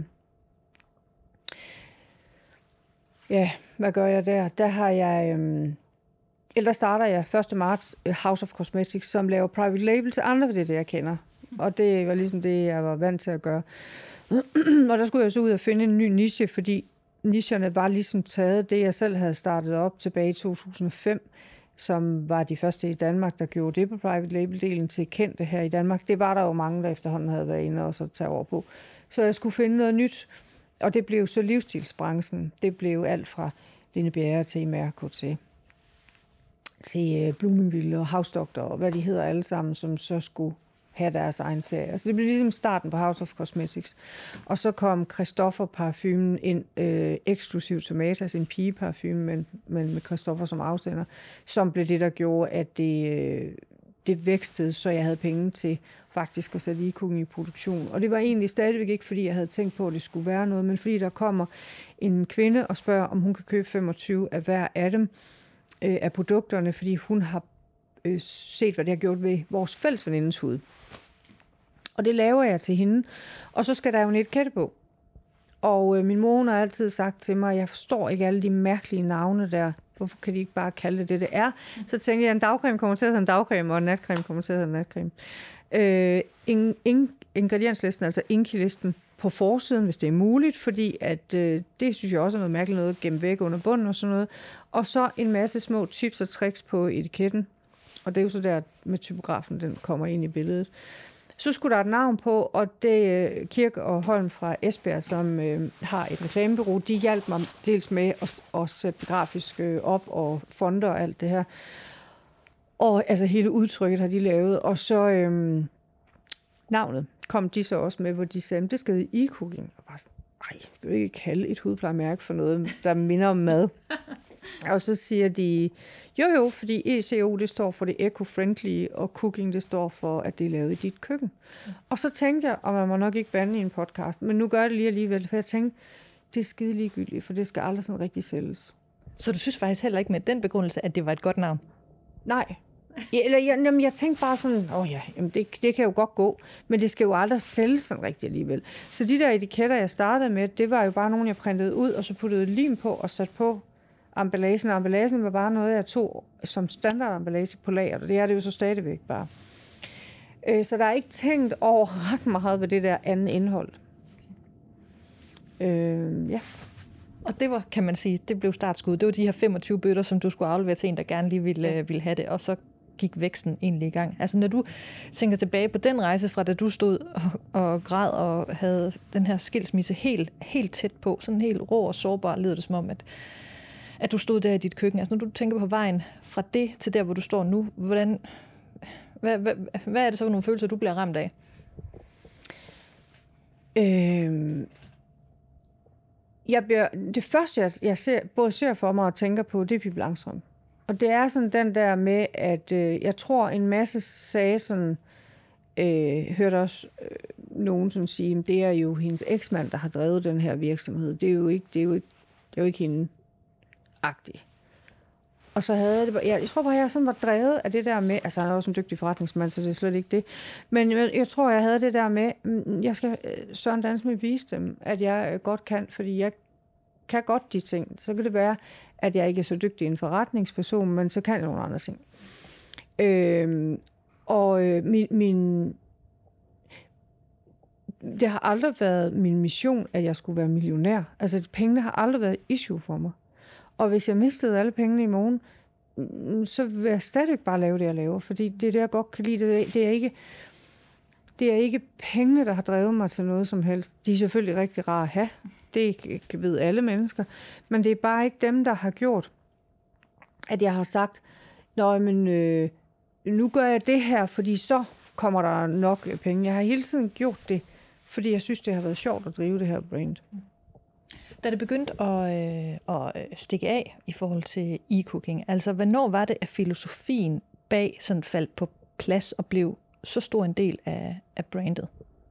Ja, hvad gør jeg der? Der har jeg... Øhm, eller starter jeg første marts House of Cosmetics, som laver private label til andre, det er det, jeg kender. Og det var ligesom det, jeg var vant til at gøre. Og der skulle jeg så ud og finde en ny niche, fordi nicherne var ligesom taget det, jeg selv havde startet op tilbage i to tusind og fem, som var de første i Danmark, der gjorde det på private label-delen til kendte her i Danmark. Det var der jo mange, der efterhånden havde været inde og så tage over på. Så jeg skulle finde noget nyt, og det blev så livsstilsbranchen. Det blev alt fra Lene Bjerre til Mærko til, til Bloomingville og House Doctor og hvad de hedder alle sammen, som så skulle have deres egen serie. Så det blev ligesom starten på House of Cosmetics. Og så kom Christoffer parfumen ind øh, eksklusivt til Matas, en pigeparfume, men, men med Christoffer som afsender, som blev det, der gjorde, at det, øh, det vækstede, så jeg havde penge til faktisk at sætte e-cooking i produktion. Og det var egentlig stadigvæk ikke, fordi jeg havde tænkt på, at det skulle være noget, men fordi der kommer en kvinde og spørger, om hun kan købe femogtyve af hver af dem, øh, af produkterne, fordi hun har øh, set, hvad det har gjort ved vores fælles venindes hud. Og det laver jeg til hende. Og så skal der jo en etikette på. Og øh, min mor hun har altid sagt til mig, at jeg forstår ikke alle de mærkelige navne der. Hvorfor kan de ikke bare kalde det det, det er? Så tænkte jeg, at en dagcreme kommer til at hedde en dagcreme, og en natcreme kommer til at hedde en natcreme. Øh, in, in, ingredienslisten, altså Inki-listen på forsiden, hvis det er muligt, fordi at, øh, det synes jeg også er noget mærkeligt noget, gennem væk under bunden og sådan noget. Og så en masse små tips og tricks på etiketten. Og det er jo så der med typografen, den kommer ind i billedet. Så skulle der et navn på, og det er Kirk og Holm fra Esbjerg, som øh, har et reklamebureau. De hjalp mig dels med at, at sætte det grafisk op og fonter og alt det her. Og altså hele udtrykket har de lavet. Og så øh, navnet kom de så også med, hvor de sagde, det skal hedde e-cooking. Og bare sådan, ej, det vil ikke kalde et hudplejemærke for noget, der minder om mad. Og så siger de, jo jo, fordi E C O, det står for det eco-friendly, og cooking, det står for, at det er lavet i dit køkken. Mm. Og så tænkte jeg, og man må nok ikke bande i en podcast, men nu gør jeg det lige alligevel, for jeg tænkte, det er skide ligegyldigt, for det skal aldrig sådan rigtig sælges. Så du synes faktisk heller ikke med den begrundelse, at det var et godt navn? Nej. Jeg, eller, jeg, jamen, jeg tænkte bare sådan, åh ja, jamen det, det kan jo godt gå, men det skal jo aldrig sælges sådan rigtigt alligevel. Så de der etiketter, jeg startede med, det var jo bare nogle, jeg printede ud, og så puttede lim på og satte på emballagen. Og emballagen var bare noget, jeg tog som standardemballage på lager, og det er det jo så stadigvæk bare. Så der er ikke tænkt over ret meget ved det der andet indhold. Øh, ja. Og det var, kan man sige, det blev startskud. Det var de her femogtyve bøtter, som du skulle aflevere til en, der gerne lige ville, ja. ville have det, og så gik væksten egentlig i gang. Altså når du tænker tilbage på den rejse fra, da du stod og, og græd og havde den her skilsmisse helt, helt tæt på, sådan helt rå og sårbar, lyder det som om, at, at du stod der i dit køkken. Altså når du tænker på vejen fra det til der, hvor du står nu, hvordan, hvad, hvad, hvad er det så for nogle følelser, du bliver ramt af? Øhm Jeg bliver, det første, jeg, jeg ser, både ser for mig og tænker på, det er Pippi Langstrømpe. Og det er sådan den der med, at øh, jeg tror, en masse sagde sådan, øh, hørte også øh, nogen sådan sige, det er jo hendes eksmand, der har drevet den her virksomhed. Det er jo ikke, det er jo ikke, det er jo ikke hende-agtigt. Og så havde det, jeg, jeg tror bare, jeg sådan var drevet af det der med, altså han er også en dygtig forretningsmand, så det er slet ikke det, men jeg, jeg tror, jeg havde det der med, jeg skal Søren Dansme vise dem, at jeg godt kan, fordi jeg kan godt de ting. Så kan det være, at jeg ikke er så dygtig en forretningsperson, men så kan jeg nogle andre ting. Øhm, og øh, min, min det har aldrig været min mission, at jeg skulle være millionær. Altså pengene har aldrig været et issue for mig. Og hvis jeg mistede alle pengene i morgen, så vil jeg stadig bare lave det, jeg laver. Fordi det er det, jeg godt kan lide. Det er, det er, ikke, det er ikke pengene, der har drevet mig til noget som helst. De er selvfølgelig rigtig rare at have. Det ved alle mennesker. Men det er bare ikke dem, der har gjort, at jeg har sagt, nå, men øh, nu gør jeg det her, fordi så kommer der nok penge. Jeg har hele tiden gjort det, fordi jeg synes, det har været sjovt at drive det her brand. Da det begyndte at, øh, at stikke af i forhold til e-cooking, altså hvornår var det, at filosofien bag sådan faldt på plads og blev så stor en del af, af brandet?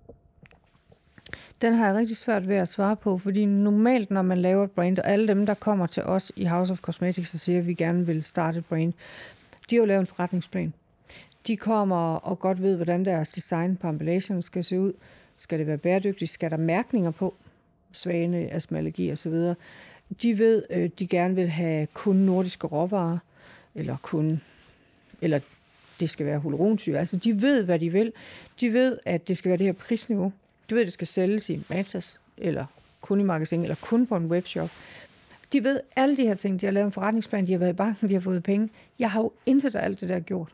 Den har jeg rigtig svært ved at svare på, fordi normalt, når man laver et brand, og alle dem, der kommer til os i House of Cosmetics og siger, at vi gerne vil starte et brand, de har jo lavet en forretningsplan. De kommer og godt ved, hvordan deres design på emballagen skal se ud. Skal det være bæredygtigt? Skal der mærkninger på? Svane, astma-allergi osv. De ved, at de gerne vil have kun nordiske råvarer, eller kun, eller det skal være hyaluronsyre. Altså, de ved, hvad de vil. De ved, at det skal være det her prisniveau. De ved, at det skal sælges i Matas, eller kun i magasin, eller kun på en webshop. De ved alle de her ting. De har lavet en forretningsplan, de har været i banken, de har fået penge. Jeg har jo intet af alt det der gjort.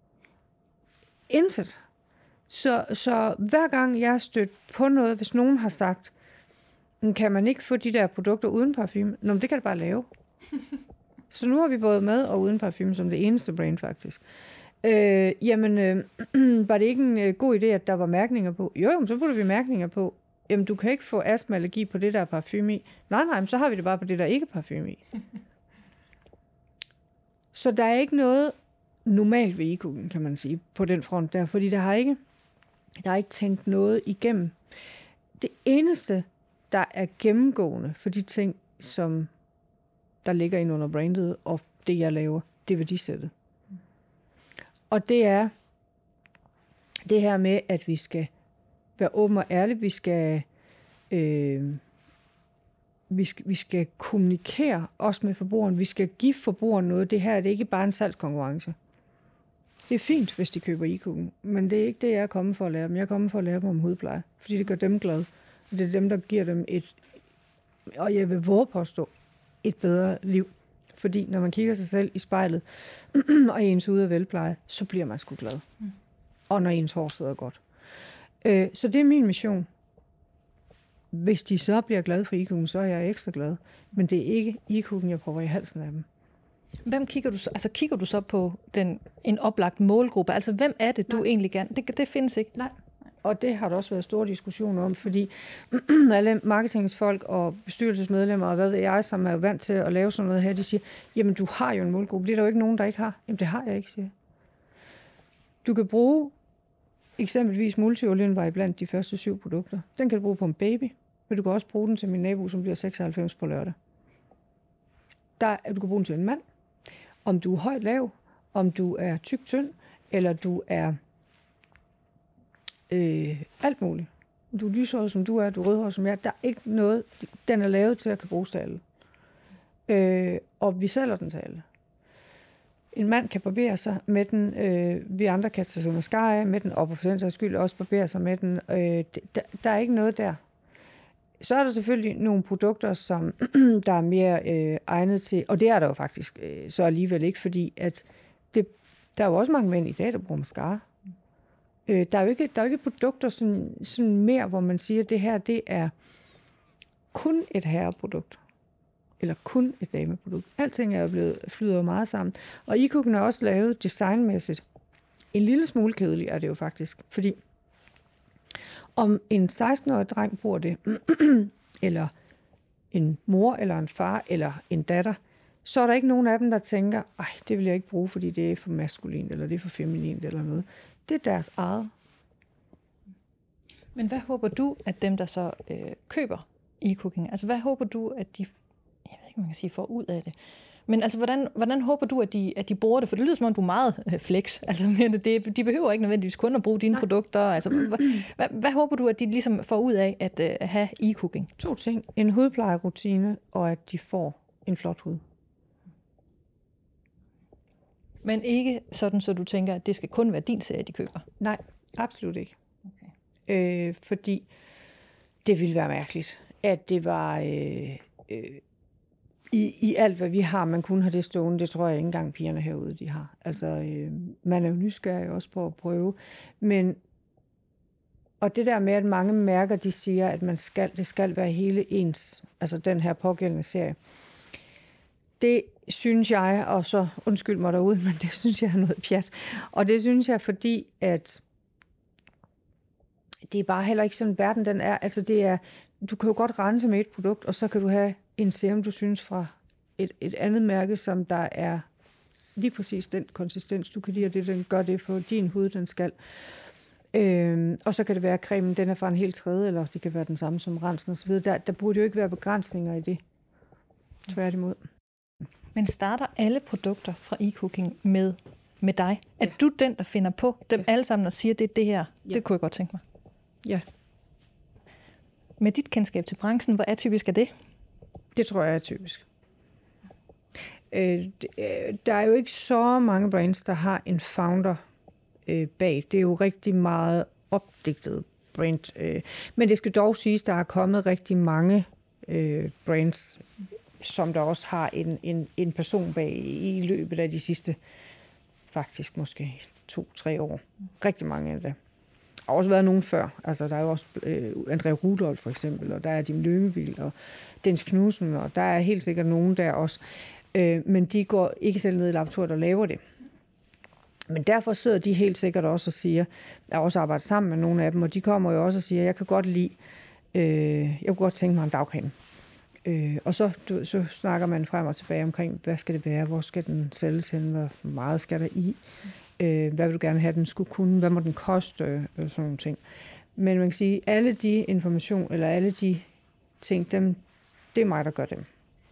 Intet. Så, så hver gang jeg er stødt på noget, hvis nogen har sagt, kan man ikke få de der produkter uden parfume? Nå, men det kan det bare lave. Så nu har vi både med og uden parfume som det eneste brand faktisk. Øh, jamen, øh, var det ikke en øh, god idé, at der var mærkninger på? Jo, jo, så putter vi mærkninger på. Jamen, du kan ikke få astma-allergi på det, der er parfume i. Nej, nej, men så har vi det bare på det, der ikke er parfume i. Så der er ikke noget normalt ved e-cooking, kan man sige, på den front der, fordi der har ikke, der er ikke tænkt noget igennem. Det eneste, der er gennemgående for de ting, som der ligger ind under brandet, og det, jeg laver, det er værdisættet. Og det er det her med, at vi skal være åbne og ærlige, vi skal, øh, vi skal, vi skal kommunikere også med forbrugeren, vi skal give forbrugeren noget. Det her er det ikke bare en salgskonkurrence. Det er fint, hvis de køber e-cooking, men det er ikke det, jeg er kommet for at lære dem. Jeg er kommet for at lære dem om hudpleje, fordi det gør dem glade. Det er dem, der giver dem et, og jeg vil våge påstå, et bedre liv. Fordi når man kigger sig selv i spejlet, og ens hud er velpleje, så bliver man sgu glad. Mm. Og når ens hår sidder godt. Øh, så det er min mission. Hvis de så bliver glade for e-cooking, så er jeg ekstra glad. Men det er ikke e-cooking, jeg prøver i halsen af dem. Hvem kigger du så? Altså kigger du så på den, en oplagt målgruppe? Altså hvem er det, du Nej. egentlig gerne? Det, det findes ikke. Nej. Og det har der også været store diskussioner om, fordi alle marketingsfolk og bestyrelsesmedlemmer og hvad ved jeg, som er vant til at lave sådan noget her, de siger, jamen du har jo en målgruppe. Det er der jo ikke nogen, der ikke har. Jamen det har jeg ikke, siger. Du kan bruge eksempelvis multiolien var iblandt de første syv produkter. Den kan du bruge på en baby, men du kan også bruge den til min nabo, som bliver seksoghalvfems på lørdag. Der, du kan bruge den til en mand. Om du er højt lav, om du er tyk tynd, eller du er øh, alt muligt. Du er lyshåret, som du er, du er rødhåret, som jeg er. Der er ikke noget, den er lavet til at kan bruges til alle. Øh, og vi sælger den til alle. En mand kan barbere sig med den, øh, vi andre kan tage sig mascara med den, og for den sags skyld også barbere sig med den. Øh, der, der er ikke noget der. Så er der selvfølgelig nogle produkter, som der er mere øh, egnet til, og det er der jo faktisk øh, så alligevel ikke, fordi at det, der er jo også mange mænd i dag, der bruger mascara. Øh, der er jo ikke, der er jo ikke produkter sådan, sådan mere, hvor man siger, at det her det er kun et herreprodukt, eller kun et dameprodukt. Alting er jo blevet flyder meget sammen. Og e-cooking er også lavet designmæssigt. En lille smule kedelig er det jo faktisk, fordi om en seksten-årig dreng bruger det, eller en mor, eller en far, eller en datter, så er der ikke nogen af dem, der tænker, ej, det vil jeg ikke bruge, fordi det er for maskulint, eller det er for feminint, eller noget. Det er deres eget. Men hvad håber du, at dem, der så øh, køber e-cooking, altså hvad håber du, at de, jeg ved ikke, man kan sige, får ud af det, men altså, hvordan, hvordan håber du, at de, at de bruger det? For det lyder som om, du er meget øh, flex. Altså, det, de behøver ikke nødvendigvis kun at bruge dine Nej. produkter. Altså, hvad, hvad, hvad håber du, at de ligesom får ud af at øh, have e-cooking? To ting. En hudplejerutine, og at de får en flot hud. Men ikke sådan, så du tænker, at det skal kun være din serie, de køber? Nej, absolut ikke. Okay. Øh, fordi det ville være mærkeligt, at det var øh, øh, i, i alt, hvad vi har, man kunne have det stående. Det tror jeg ikke engang pigerne herude, de har. Altså, øh, man er jo nysgerrig også på at prøve. Men, og det der med, at mange mærker, de siger, at man skal, det skal være hele ens, altså den her pågældende serie. Det synes jeg, og så undskyld mig derude, men det synes jeg er noget pjat. Og det synes jeg, fordi at det er bare heller ikke sådan, verden den er. Altså det er, du kan jo godt rense med et produkt, og så kan du have en serum, du synes fra et, et andet mærke, som der er lige præcis den konsistens, du kan lide, og det den gør det for din hud, den skal. Øhm, og så kan det være, at cremen den er fra en helt tredje, eller det kan være den samme som rensen osv. Der, der burde jo ikke være begrænsninger i det. Tværtimod. Men starter alle produkter fra eCooking med, med dig? Er ja. du den, der finder på dem ja. alle sammen og siger, det er det her? Ja. Det kunne jeg godt tænke mig. Ja. Med dit kendskab til branchen, hvor atypisk er det? Det tror jeg er typisk. Øh, der er jo ikke så mange brands, der har en founder øh, bag. Det er jo rigtig meget opdigtet brand. Øh. Men det skal dog siges, der er kommet rigtig mange øh, brands, som der også har en, en, en person bag i løbet af de sidste, faktisk måske to-tre år. Rigtig mange af det. Der har også været nogen før. Altså, der er jo også øh, André Rudolph for eksempel, og der er Dim Lyngvild, og Dennis Knudsen, og der er helt sikkert nogen der også. Øh, men de går ikke selv ned i laboratoriet og laver det. Men derfor sidder de helt sikkert også og siger, jeg har også arbejdet sammen med nogle af dem, og de kommer jo også og siger, jeg kan godt lide, øh, jeg kunne godt tænke mig en dagcreme. Øh, og så, du, så snakker man frem og tilbage omkring, hvad skal det være, hvor skal den sælges hen, hvor meget skal der i, øh, hvad vil du gerne have, den skulle kunne, hvad må den koste, øh, sådan nogle ting. Men man kan sige, alle de information, eller alle de ting, dem, det er mig, der gør dem.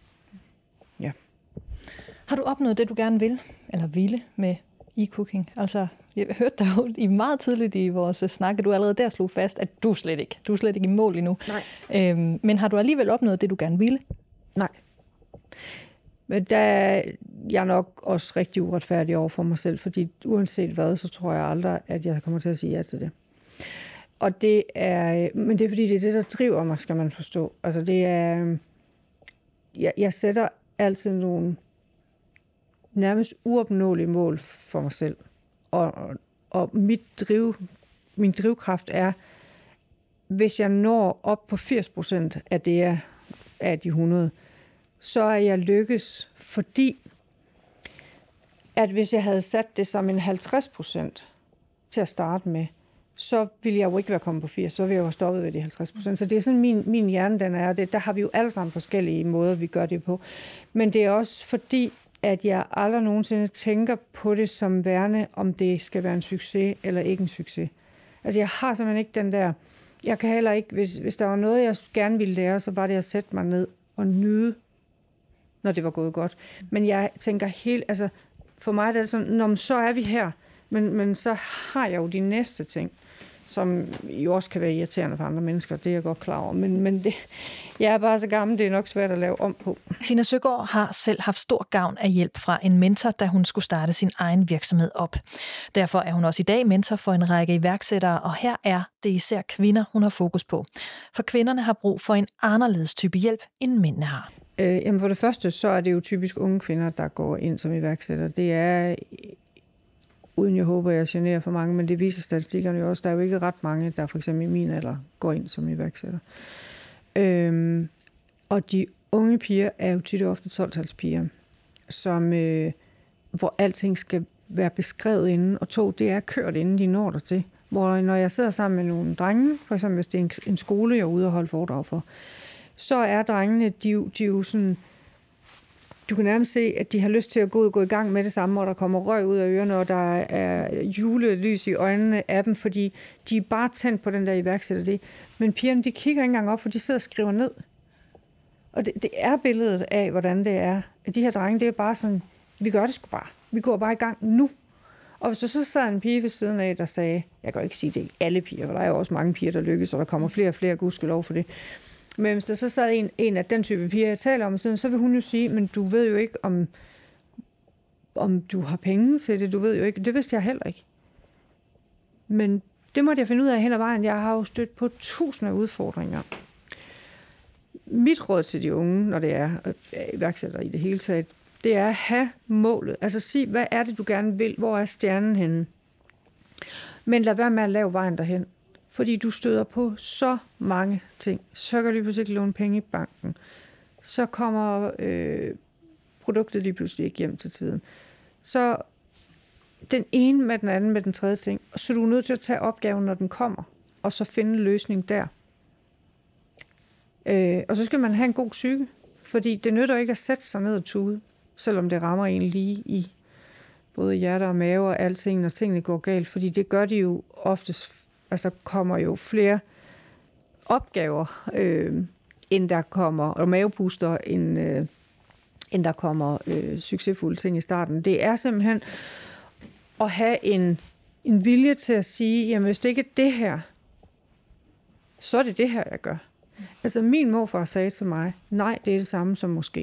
Ja. Har du opnået det, du gerne vil, eller ville med eCooking? Altså, jeg hørte dig jo i meget tidligt i vores snak, at du allerede der slog fast, at du slet ikke, du er slet ikke i mål endnu. Nej. Øhm, men har du alligevel opnået det, du gerne ville? Nej. Men der er jeg nok også rigtig uretfærdig over for mig selv, fordi uanset hvad, så tror jeg aldrig, at jeg kommer til at sige ja til det. Og det er, men det er fordi, det er det, der driver mig, skal man forstå. Altså det er, jeg, jeg sætter altid nogle nærmest uopnåelige mål for mig selv. Og, og mit driv, min drivkraft er, hvis jeg når op på firs procent af det, jeg, af de hundrede, så er jeg lykkes, fordi at hvis jeg havde sat det som en halvtreds procent til at starte med, så ville jeg jo ikke være kommet på firs, så ville jeg jo have stoppet ved de halvtreds procent. Så det er sådan, min, min hjerne den er, det, der har vi jo alle sammen forskellige måder, vi gør det på. Men det er også fordi, at jeg aldrig nogensinde tænker på det som værende, om det skal være en succes eller ikke en succes. Altså jeg har simpelthen ikke den der, jeg kan heller ikke, hvis, hvis der var noget, jeg gerne ville lære, så var det at sætte mig ned og nyde, når det var gået godt. Men jeg tænker helt, altså for mig er det sådan, når så er vi her, men, men så har jeg jo de næste ting, som jo også kan være irriterende for andre mennesker, det er jeg godt klar over. Men, men det, jeg er bare så gammel, det er nok svært at lave om på. Tina Søgaard har selv haft stor gavn af hjælp fra en mentor, da hun skulle starte sin egen virksomhed op. Derfor er hun også i dag mentor for en række iværksættere, og her er det især kvinder, hun har fokus på. For kvinderne har brug for en anderledes type hjælp, end mændene har. Øh, jamen for det første, så er det jo typisk unge kvinder, der går ind som iværksætter. Det er, uden jeg håber, jeg generer for mange, men det viser statistikkerne jo også. Der er jo ikke ret mange, der for eksempel i min alder går ind som iværksætter. Øhm, og de unge piger er jo tit og ofte tolv-talspiger, som, øh, hvor alting skal være beskrevet inden, og to, det er kørt inden de når der til. Hvor når jeg sidder sammen med nogle drenge, for eksempel hvis det er en, en skole, jeg er ude og holde foredrag for, så er drengene, de, de er jo sådan, du kan nærmest se, at de har lyst til at gå ud og gå i gang med det samme, og der kommer røg ud af ørerne, og der er julelys i øjnene af dem, fordi de er bare tændt på den der iværksætter det. Men pigerne, de kigger ikke engang op, for de sidder og skriver ned. Og det, det er billedet af, hvordan det er. De her drenge, det er bare sådan, vi gør det sgu bare. Vi går bare i gang nu. Og hvis der så sad en pige ved siden af, der sagde, jeg kan ikke sige det alle piger, for der er jo også mange piger, der lykkes, og der kommer flere og flere, gudskelov for det. Men hvis der så sad en, en af den type piger, jeg taler om siden, så vil hun jo sige, men du ved jo ikke, om, om du har penge til det. Du ved jo ikke. Det vidste jeg heller ikke. Men det måtte jeg finde ud af hen ad vejen. Jeg har jo stødt på tusinder af udfordringer. Mit råd til de unge, når det er iværksættere i det hele taget, det er at have målet. Altså sig, hvad er det, du gerne vil? Hvor er stjernen henne? Men lad være med at lave vejen derhen. Fordi du støder på så mange ting. Så kan du lige pludselig ikke låne penge i banken. Så kommer øh, produktet lige pludselig ikke hjem til tiden. Så den ene med den anden med den tredje ting. Så du er nødt til at tage opgaven, når den kommer. Og så finde en løsning der. Øh, og så skal man have en god psyke. Fordi det nytter ikke at sætte sig ned og tude. Selvom det rammer en lige i både hjerte og mave og alting, når tingene går galt, fordi det gør de jo oftest, altså kommer jo flere opgaver, øh, end der kommer, og mavepuster, end, øh, end der kommer øh, succesfulde ting i starten. Det er simpelthen at have en, en vilje til at sige, jamen hvis det ikke er det her, så er det det her, jeg gør. Altså min morfar sagde til mig, nej, det er det samme som måske.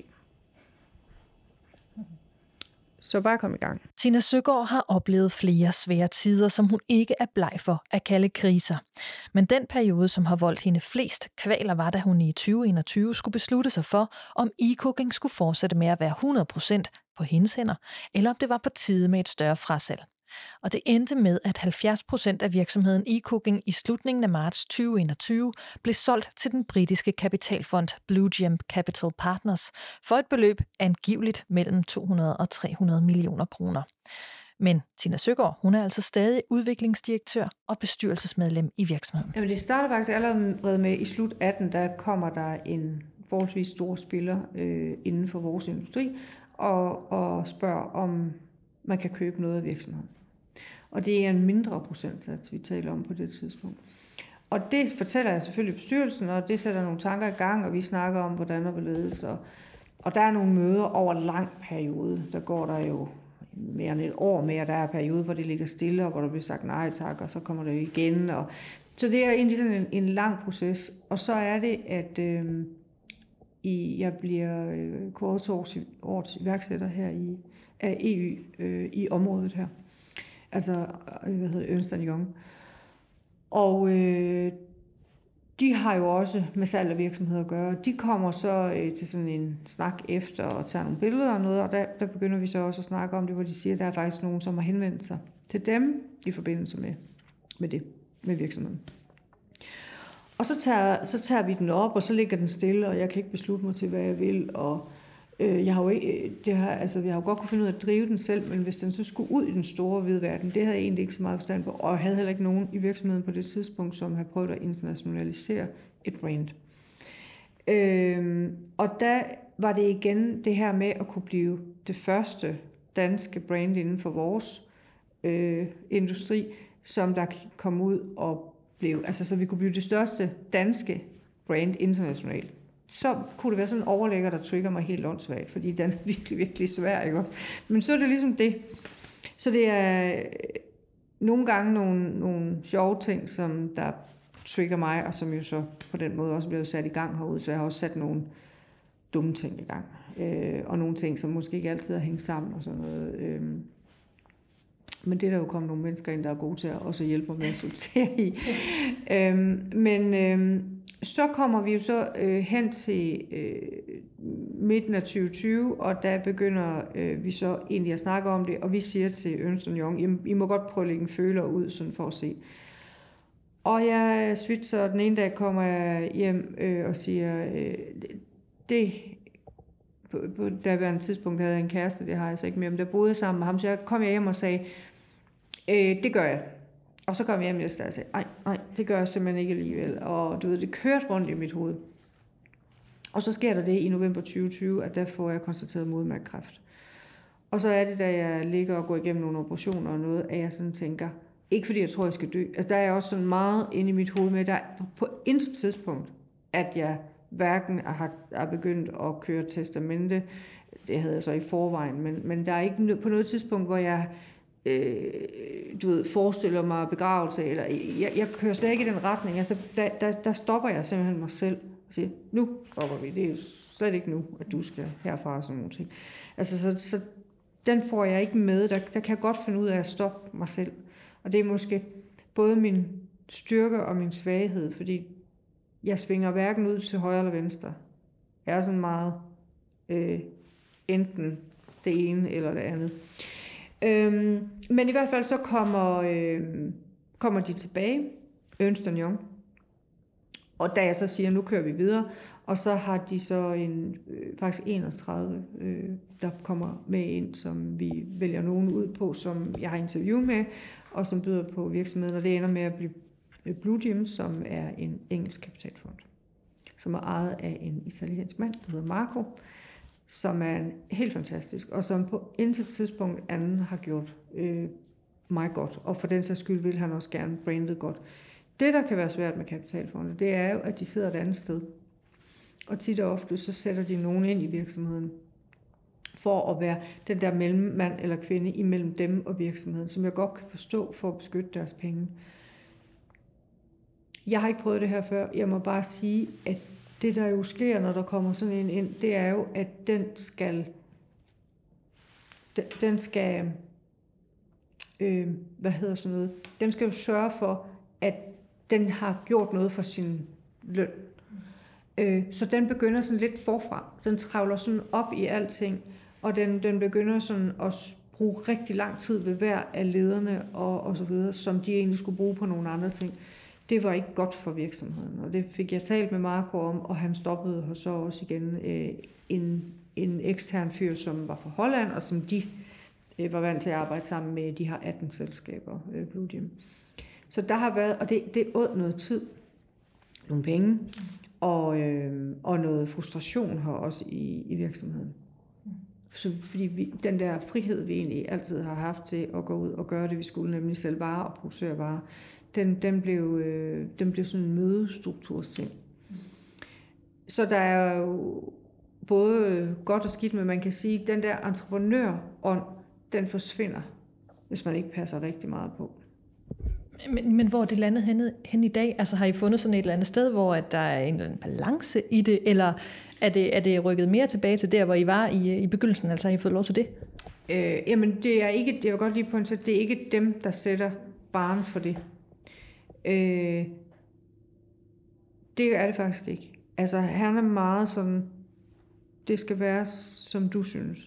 Så bare kom i gang. Tina Søgaard har oplevet flere svære tider, som hun ikke er bleg for at kalde kriser. Men den periode, som har voldt hende flest kvaler, var, da hun i tyve enogtyve skulle beslutte sig for, om e-cooking skulle fortsætte med at være hundrede procent på hendes hænder, eller om det var på tide med et større frasalg. Og det endte med, at halvfjerds procent af virksomheden e-cooking i slutningen af marts tyve enogtyve blev solgt til den britiske kapitalfond Blue Gem Capital Partners for et beløb angiveligt mellem to hundrede og tre hundrede millioner kroner. Men Tina Søgaard, hun er altså stadig udviklingsdirektør og bestyrelsesmedlem i virksomheden. Jamen det starter faktisk allerede med, i slut atten, der kommer der en forholdsvis stor spiller øh, inden for vores industri og, og spørger, om man kan købe noget af virksomheden. Og det er en mindre procentsats, vi taler om på det tidspunkt. Og det fortæller jeg selvfølgelig bestyrelsen, og det sætter nogle tanker i gang, og vi snakker om, hvordan der vil ledes. Og, og der er nogle møder over en lang periode. Der går der jo mere end et år mere, der er en periode, hvor det ligger stille, og hvor der bliver sagt nej tak, og så kommer det igen. Og, så det er egentlig sådan en, en lang proces. Og så er det, at øh, i, jeg bliver øh, kåret til års, års iværksætter her i af E Y øh, i området her. Altså, hvad hedder det, Ernst and Young. Og øh, de har jo også med salg af virksomheder at gøre. De kommer så øh, til sådan en snak efter og tager nogle billeder og noget, og der, der begynder vi så også at snakke om det, hvor de siger, at der er faktisk nogen, som har henvendt sig til dem i forbindelse med, med det, med virksomheden. Og så tager, så tager vi den op, og så ligger den stille, og jeg kan ikke beslutte mig til, hvad jeg vil, og Jeg har jo ikke, det har, altså, jeg har jo godt kunne finde ud af at drive den selv, men hvis den så skulle ud i den store hvide verden, det havde jeg egentlig ikke så meget forstand på, og jeg havde heller ikke nogen i virksomheden på det tidspunkt, som havde prøvet at internationalisere et brand. Øhm, og der var det igen det her med at kunne blive det første danske brand inden for vores øh, industri, som der kom ud og blev, altså så vi kunne blive det største danske brand internationalt. Så kunne det være sådan en overlægger, der trigger mig helt åndssvagt, fordi den er virkelig, virkelig svær, ikke også? Men så er det ligesom det. Så det er nogle gange nogle, nogle sjove ting, som der trigger mig, og som jo så på den måde også bliver sat i gang herude. Så jeg har også sat nogle dumme ting i gang. Øh, og nogle ting, som måske ikke altid har hængt sammen og sådan noget. Øh, men det er der jo kommet nogle mennesker ind, der er gode til at også hjælpe mig med at sortere i. øh, men... Øh, Så kommer vi jo så øh, hen til øh, midten af tyve tyve, og der begynder øh, vi så egentlig at snakke om det, og vi siger til Ernst and Young, I, I må godt prøve at lægge en føler ud, sådan for at se. Og jeg switcher, og den ene dag kommer jeg hjem øh, og siger, øh, det, på, på daværende tidspunkt havde jeg en kæreste, det har jeg så ikke mere, men der boede sammen med ham, så jeg kom jeg hjem og sagde, øh, det gør jeg. Og så kom jeg hjem næste dag og sagde, nej, nej, det gør jeg simpelthen ikke alligevel. Og du ved, det kørte rundt i mit hoved. Og så sker der det i november tyve tyve, at der får jeg konstateret modermærkekræft. Og så er det, da jeg ligger og går igennem nogle operationer og noget, at jeg sådan tænker, ikke fordi jeg tror, jeg skal dø. Altså der er jeg også sådan meget inde i mit hoved med, der på intet tidspunkt, at jeg hverken har, har begyndt at køre testamente, det havde jeg så i forvejen, men, men der er ikke på noget tidspunkt, hvor jeg øh, du ved, forestiller mig begravelse, eller jeg, jeg kører slet ikke i den retning. Altså, der, der, der stopper jeg simpelthen mig selv og siger, nu stopper vi, det er slet ikke nu, at du skal herfra og sådan nogle ting. Altså, så, så den får jeg ikke med, der, der kan jeg godt finde ud af at stoppe mig selv. Og det er måske både min styrke og min svaghed, fordi jeg svinger hverken ud til højre eller venstre. Jeg er sådan meget øh, enten det ene eller det andet. Øhm, men i hvert fald så kommer, øh, kommer de tilbage, Ernst and Young, og da jeg så siger, nu kører vi videre, og så har de så en, øh, faktisk enogtredive, øh, der kommer med ind, som vi vælger nogen ud på, som jeg har interview med, og som byder på virksomheden, og det ender med at blive Blue Gem, som er en engelsk kapitalfond, som er ejet af en italiensk mand, der hedder Marco. som er helt fantastisk, og som på intet tidspunkt anden har gjort øh, mig godt, og for den sags skyld vil han også gerne brandet godt. Det, der kan være svært med kapitalfonde, det er jo, at de sidder et andet sted. Og tit og ofte, så sætter de nogen ind i virksomheden, for at være den der mellemmand eller kvinde imellem dem og virksomheden, som jeg godt kan forstå for at beskytte deres penge. Jeg har ikke prøvet det her før. Jeg må bare sige, at det, der jo sker, når der kommer sådan en ind, det er jo, at den skal, den skal, øh, hvad hedder sådan noget, den skal jo sørge for, at den har gjort noget for sin løn. Øh, så den begynder sådan lidt forfra. Den travler sådan op i alting, og den, den begynder sådan at bruge rigtig lang tid ved hver af lederne og, og så videre, som de egentlig skulle bruge på nogle andre ting. Det var ikke godt for virksomheden, og det fik jeg talt med Marco om, og han stoppede så også igen øh, en, en ekstern fyr, som var fra Holland, og som de øh, var vant til at arbejde sammen med. De har atten selskaber, øh, Blue Gym. Så der har været, og det, det åd noget tid, nogle penge, og, øh, og noget frustration her også i, i virksomheden. Så fordi vi, den der frihed, vi egentlig altid har haft til at gå ud og gøre det, vi skulle, nemlig sælge varer og producere varer, den, den, blev, øh, den blev sådan en mødestruktursting. Så der er jo både godt og skidt, men man kan sige, at den der entreprenørånd, den forsvinder, hvis man ikke passer rigtig meget på. Men, men hvor er det landet hen, hen i dag? Altså har I fundet sådan et eller andet sted, hvor at der er en eller anden balance i det, eller er det, er det rykket mere tilbage til der, hvor I var i, i begyndelsen? Altså har I fået lov til det? Øh, jamen det er ikke, jeg vil godt lige pointere, det er ikke dem, der sætter barren for det. Øh, det er det faktisk ikke. Altså han er meget sådan, det skal være som du synes.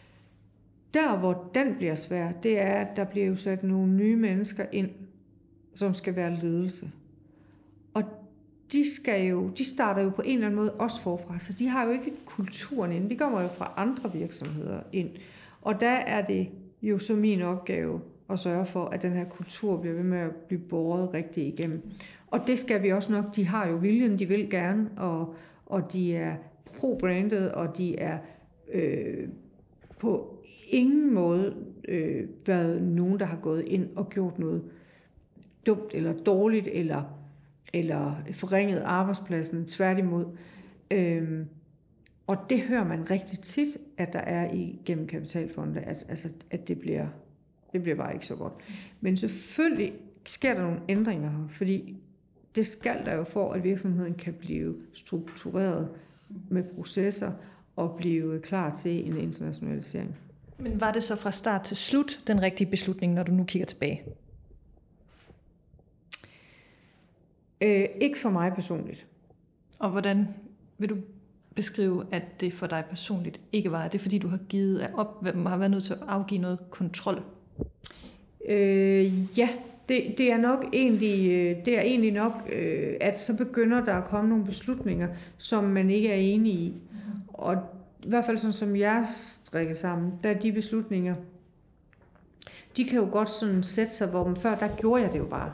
Der hvor den bliver svær, det er, at der bliver jo sat nogle nye mennesker ind, som skal være ledelse. Og de, skal jo, de starter jo på en eller anden måde også forfra, så de har jo ikke kulturen ind. De kommer jo fra andre virksomheder ind. Og der er det jo så min opgave at sørge for, at den her kultur bliver ved med at blive båret rigtig igennem. Og det skal vi også nok. De har jo viljen, de vil gerne, og, og de er pro-branded, og de er øh, på ingen måde øh, været nogen, der har gået ind og gjort noget dumt eller dårligt, eller, eller forringet arbejdspladsen, tværtimod. Øhm, og det hører man rigtig tit, at der er igennem kapitalfonde, at, altså, at det, bliver, det bliver bare ikke så godt. Men selvfølgelig sker der nogle ændringer her, fordi det skal der jo for, at virksomheden kan blive struktureret med processer og blive klar til en internationalisering. Men var det så fra start til slut den rigtige beslutning, når du nu kigger tilbage? Øh, ikke for mig personligt. Og hvordan vil du beskrive, at det for dig personligt ikke var? Er det fordi, du har givet op, har været nødt til at afgive noget kontrol? Øh, ja, det, det er nok egentlig, det er egentlig nok, øh, at så begynder der at komme nogle beslutninger, som man ikke er enig i. Og i hvert fald sådan som jeg strikker sammen, der er de beslutninger, de kan jo godt sådan sætte sig, hvor man før, der gjorde jeg det jo bare.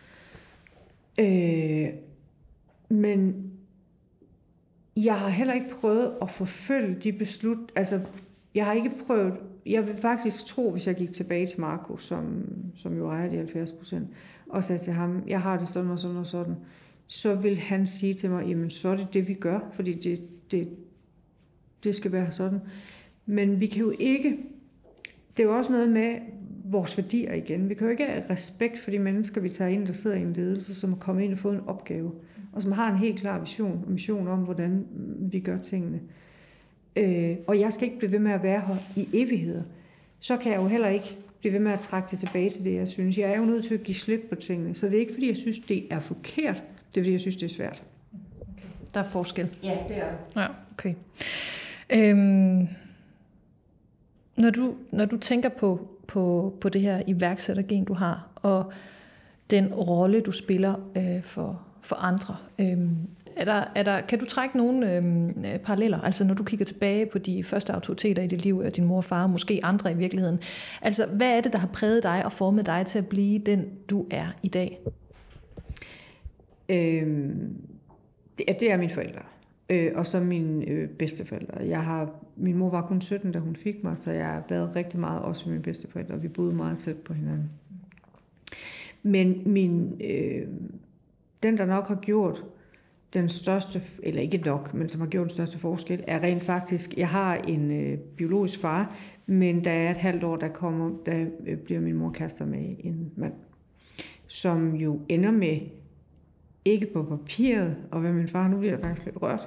Øh, men jeg har heller ikke prøvet at forfølge de beslut, altså jeg har ikke prøvet, jeg vil faktisk tro, hvis jeg gik tilbage til Marco, som, som jo ejer de halvfjerds procent, og sagde til ham, jeg har det sådan og sådan og sådan, så vil han sige til mig, jamen så er det det, vi gør, fordi det, det, det skal være sådan. Men vi kan jo ikke, det er jo også noget med vores værdier igen. Vi kan jo ikke have respekt for de mennesker, vi tager ind, der sidder i en ledelse, som er kommet ind og fået en opgave, og som har en helt klar vision og mission om, hvordan vi gør tingene. Øh, og jeg skal ikke blive ved med at være her i evigheder. Så kan jeg jo heller ikke blive ved med at trække det tilbage til det, jeg synes. Jeg er jo nødt til at give slip på tingene. Så det er ikke, fordi jeg synes, det er forkert. Det er, fordi jeg synes, det er svært. Okay. Der er forskel. Ja, det er det. Ja, okay. Øhm, når, du, når du tænker på, på, på det her iværksættergen, du har, og den rolle, du spiller øh, for, for andre, øh, er der, er der, kan du trække nogle øh, paralleller? Altså når du kigger tilbage på de første autoriteter i dit liv, og din mor og far, måske andre i virkeligheden. Altså hvad er det, der har præget dig og formet dig til at blive den, du er i dag? Øhm, det, det er mine forældre. Øh, og så mine øh, bedsteforældre. Jeg har, min mor var kun sytten, da hun fik mig, så jeg har været rigtig meget også med mine bedsteforældre, og vi boede meget tæt på hinanden. Men min, øh, den, der nok har gjort den største, eller ikke nok, men som har gjort den største forskel, er rent faktisk, jeg har en øh, biologisk far, men der er et halvt år, der kommer, der øh, bliver min mor kærester med en mand, som jo ender med, ikke på papiret, og hvad min far, nu bliver jeg faktisk lidt rørt.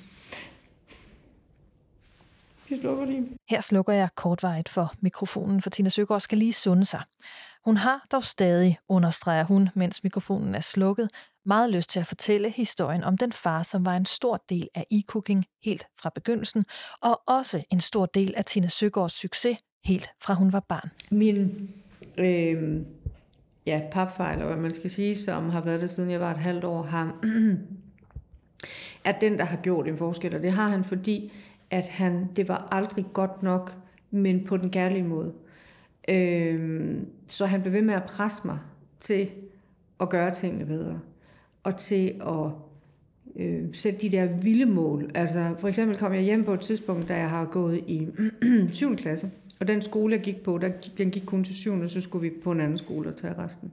Jeg slukker lige. Her slukker jeg kortvarigt for mikrofonen, for Tina Søgaard skal lige sunde sig. Hun har dog stadig, understreger hun, mens mikrofonen er slukket, meget lyst til at fortælle historien om den far, som var en stor del af e-cooking helt fra begyndelsen, og også en stor del af Tina Søgaards succes helt fra hun var barn. Min øh, ja, papfar, eller hvad man skal sige, som har været der siden jeg var et halvt år, har, er den, der har gjort en forskel, og det har han, fordi at han, det var aldrig godt nok, men på den kærlige måde. Øh, så han blev ved med at presse mig til at gøre tingene bedre, og til at øh, sætte de der vilde mål. Altså for eksempel kom jeg hjem på et tidspunkt, da jeg har gået i syvende klasse, og den skole, jeg gik på, der, den gik kun til syvende, og så skulle vi på en anden skole og tage resten.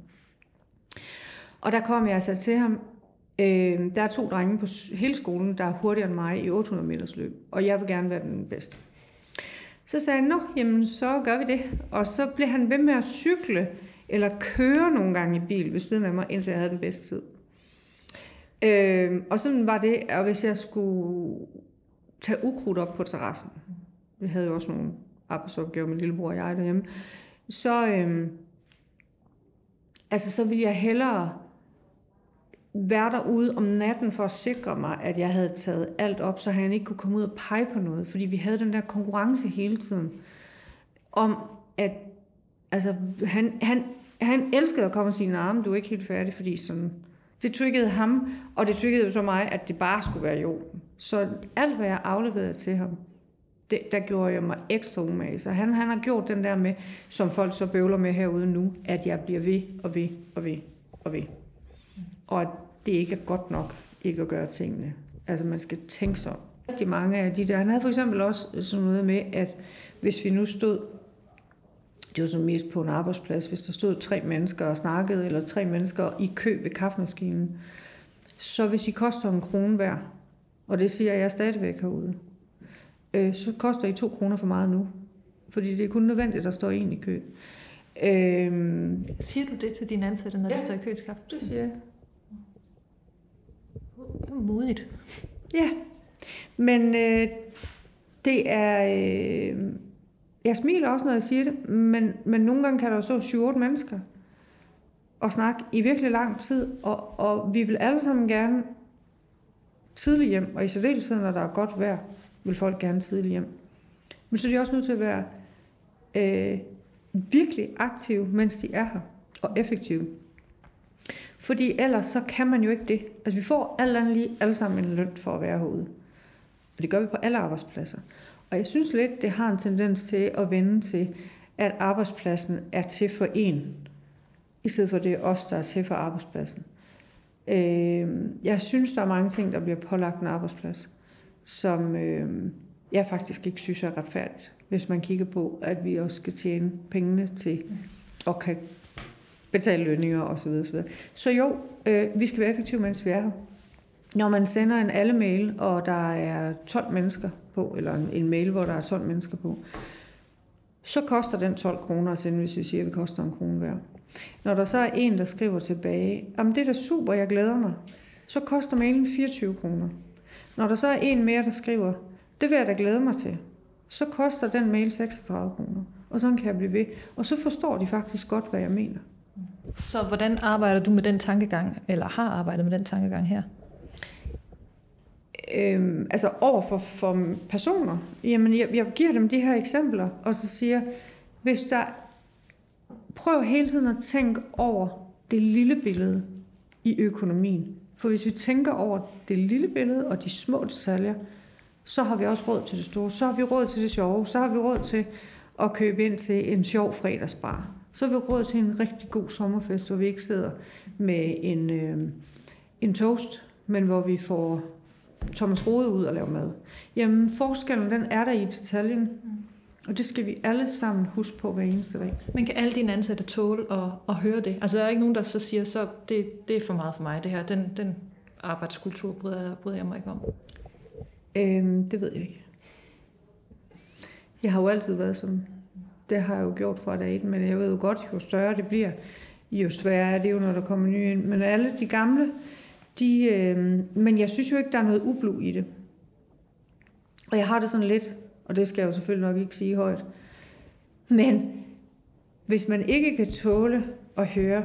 Og der kom jeg altså til ham, øh, der er to drenge på hele skolen, der er hurtigere end mig i otte hundrede meters løb, og jeg vil gerne være den bedste. Så sagde jeg, nå, jamen så gør vi det. Og så blev han ved med at cykle, eller køre nogle gange i bil ved siden af mig, indtil jeg havde den bedste tid. Øh, og sådan var det, og hvis jeg skulle tage ukrudt op på terrassen, vi havde jo også nogle arbejdsopgaver med lillebror og jeg derhjemme, så, øh, altså, så ville jeg hellere være derude om natten for at sikre mig, at jeg havde taget alt op, så han ikke kunne komme ud og pege på noget, fordi vi havde den der konkurrence hele tiden, om at, altså, han, han, han elskede at komme og sige, nej, du er ikke helt færdig, fordi sådan, det triggede ham, og det triggede jo så mig, at det bare skulle være i orden. Så alt, hvad jeg afleverede til ham, det, der gjorde jeg mig ekstra umage. Så han, han har gjort den der med, som folk så bøvler med herude nu, at jeg bliver ved og ved og ved og ved. Og at det ikke er godt nok ikke at gøre tingene. Altså man skal tænke sig om. Rigtig mange af de der, han havde for eksempel også sådan noget med, at hvis vi nu stod, det var så mest på en arbejdsplads, hvis der stod tre mennesker og snakkede, eller tre mennesker i kø ved kaffemaskinen, så hvis I koster en krone hver, og det siger jeg stadigvæk herude, øh, så koster I to kroner for meget nu. Fordi det er kun nødvendigt, at der står en i kø. Øh, siger du det til dine ansatte, når ja, du står i kø til kaffe? Det siger jeg. Det er modigt. Ja, men øh, det er... Øh, jeg smiler også, når jeg siger det, men, men nogle gange kan der jo stå syv otte mennesker og snakke i virkelig lang tid, og, og vi vil alle sammen gerne tidligt hjem, og i særdeleshed, når der er godt vejr, vil folk gerne tidligt hjem. Men så er de også nødt til at være øh, virkelig aktive, mens de er her, og effektive. Fordi ellers så kan man jo ikke det. Altså vi får alt andet lige alle sammen en løn for at være herude. Og det gør vi på alle arbejdspladser. Og jeg synes lidt, det har en tendens til at vende til, at arbejdspladsen er til for en, i stedet for det er os, der er til for arbejdspladsen. Øh, jeg synes, der er mange ting, der bliver pålagt en arbejdsplads, som øh, jeg faktisk ikke synes er retfærdigt, hvis man kigger på, at vi også skal tjene pengene til og kan betale lønninger osv. osv. Så jo, øh, vi skal være effektive, mens vi er her. Når man sender en alle-mail, og der er tolv mennesker på, eller en, en mail, hvor der er tolv mennesker på, så koster den tolv kroner at sende, hvis vi siger, at vi koster en krone hver. Når der så er en, der skriver tilbage, jamen det er da super, jeg glæder mig, så koster mailen fireogtyve kroner. Når der så er en mere, der skriver, det vil jeg da glæde mig til, så koster den mail seksogtredive kroner. Og sådan kan jeg blive ved. Og så forstår de faktisk godt, hvad jeg mener. Så hvordan arbejder du med den tankegang, eller har arbejdet med den tankegang her? Øhm, altså over for, for personer, jamen jeg, jeg giver dem de her eksempler, og så siger, hvis der, prøv hele tiden at tænke over det lille billede i økonomien. For hvis vi tænker over det lille billede og de små detaljer, så har vi også råd til det store. Så har vi råd til det sjove. Så har vi råd til at købe ind til en sjov fredagsbar. Så har vi råd til en rigtig god sommerfest, hvor vi ikke sidder med en, øh, en toast, men hvor vi får Thomas Rode ud og lave mad. Jamen forskellen, den er der i detaljen. Mm. Og det skal vi alle sammen huske på hver eneste dag. Men kan alle dine ansatte tåle at, at høre det? Altså er der ikke nogen, der så siger, så det, det er for meget for mig, det her. Den, den arbejdskultur bryder, bryder jeg mig ikke om. Øhm, det ved jeg ikke. Jeg har jo altid været sådan. Det har jeg jo gjort fra dag et, men jeg ved jo godt, jo større det bliver, jo sværere er det jo, når der kommer nye ind. Men alle de gamle, de... Øh, men jeg synes jo ikke, der er noget ublu i det. Og jeg har det sådan lidt, og det skal jeg jo selvfølgelig nok ikke sige højt, men hvis man ikke kan tåle at høre,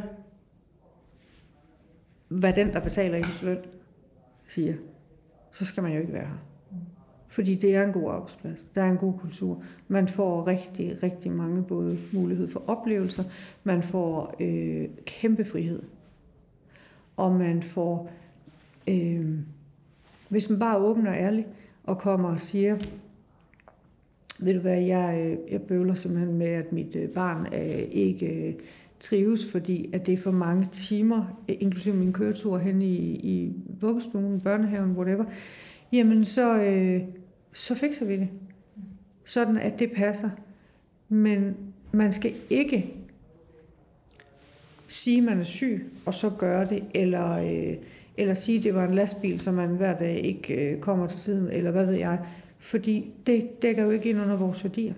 hvad den, der betaler ens løn, siger, så skal man jo ikke være her. Fordi det er en god arbejdsplads. Der er en god kultur. Man får rigtig, rigtig mange både mulighed for oplevelser. Man får øh, kæmpe frihed. Og man får, øh, hvis man bare åbner og ærlig og kommer og siger, ved du hvad, jeg, jeg bøvler simpelthen med, at mit barn øh, ikke øh, trives, fordi at det er for mange timer, inklusive min køretur hen i, i vuggestuen, børnehaven, whatever, jamen så, øh, så fikser vi det. Sådan at det passer. Men man skal ikke sige, at man er syg, og så gøre det, eller, øh, eller sige, at det var en lastbil, som man hver dag ikke øh, kommer til tiden, eller hvad ved jeg. Fordi det dækker jo ikke ind under vores værdier.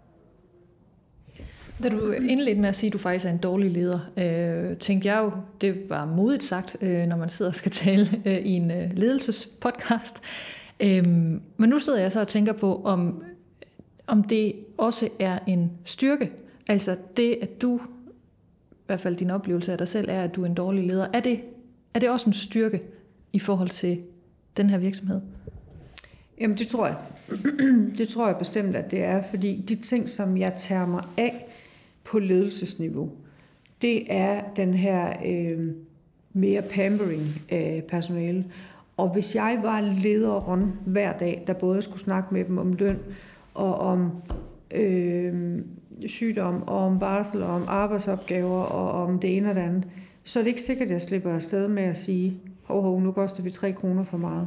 Da du indledte med at sige, at du faktisk er en dårlig leder, øh, tænkte jeg jo, det var modigt sagt, øh, når man sidder og skal tale øh, i en øh, ledelsespodcast. Øh, men nu sidder jeg så og tænker på, om, om det også er en styrke. Altså det, at du, i hvert fald din oplevelse af dig selv, er, at du er en dårlig leder. Er det, er det også en styrke i forhold til den her virksomhed? Jamen det tror jeg. Det tror jeg bestemt, at det er, fordi de ting, som jeg tager mig af på ledelsesniveau, det er den her øh, mere pampering af personale. Og hvis jeg var lederen hver dag, der både skulle snakke med dem om løn og om øh, sygdom og om barsel og om arbejdsopgaver og om det ene og det andet, så er det ikke sikkert, at jeg slipper afsted med at sige, hov, hov, nu koster vi tre kroner for meget.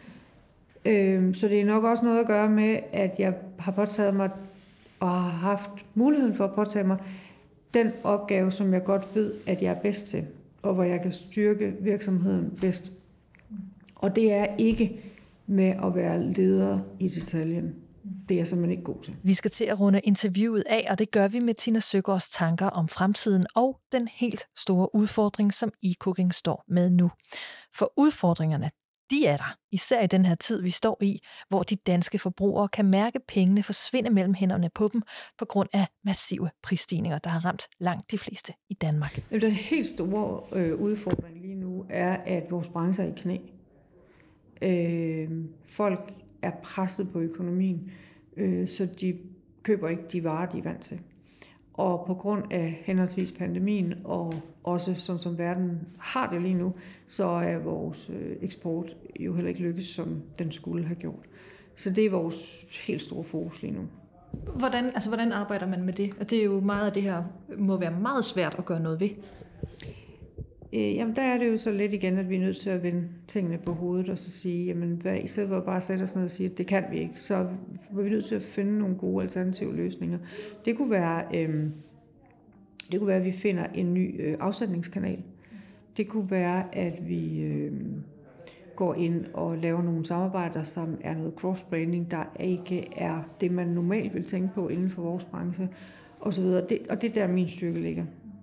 Så det er nok også noget at gøre med, at jeg har påtaget mig og har haft muligheden for at påtage mig den opgave, som jeg godt ved, at jeg er bedst til, og hvor jeg kan styrke virksomheden bedst. Og det er ikke med at være leder i detaljen. Det er jeg simpelthen ikke god til. Vi skal til at runde interviewet af, og det gør vi med Tina Søgaards tanker om fremtiden og den helt store udfordring, som e-cooking står med nu. For udfordringerne, de er der, især i den her tid, vi står i, hvor de danske forbrugere kan mærke pengene forsvinde mellem hænderne på dem på grund af massive prisstigninger, der har ramt langt de fleste i Danmark. Den helt store øh, udfordring lige nu er, at vores branche er i knæ. Øh, folk er presset på økonomien, øh, så de køber ikke de varer, de er vant til. Og på grund af henholdsvis pandemien og også sådan som verden har det lige nu, så er vores eksport jo heller ikke lykkes, som den skulle have gjort. Så det er vores helt store fokus lige nu. Hvordan, altså, hvordan arbejder man med det? Det er jo meget af det her, må være meget svært at gøre noget ved. Øh, jamen der er det jo så lidt igen, at vi er nødt til at vende tingene på hovedet og så sige, jamen hvad, i stedet for at bare sætte os ned og sige, at det kan vi ikke, så er vi nødt til at finde nogle gode alternative løsninger. Det kunne være, øh, det kunne være at vi finder en ny øh, afsætningskanal. Det kunne være, at vi øh, går ind og laver nogle samarbejder, som er noget cross-branding, der ikke er det, man normalt vil tænke på inden for vores branche, osv. Det, og det er der, min styrke ligger.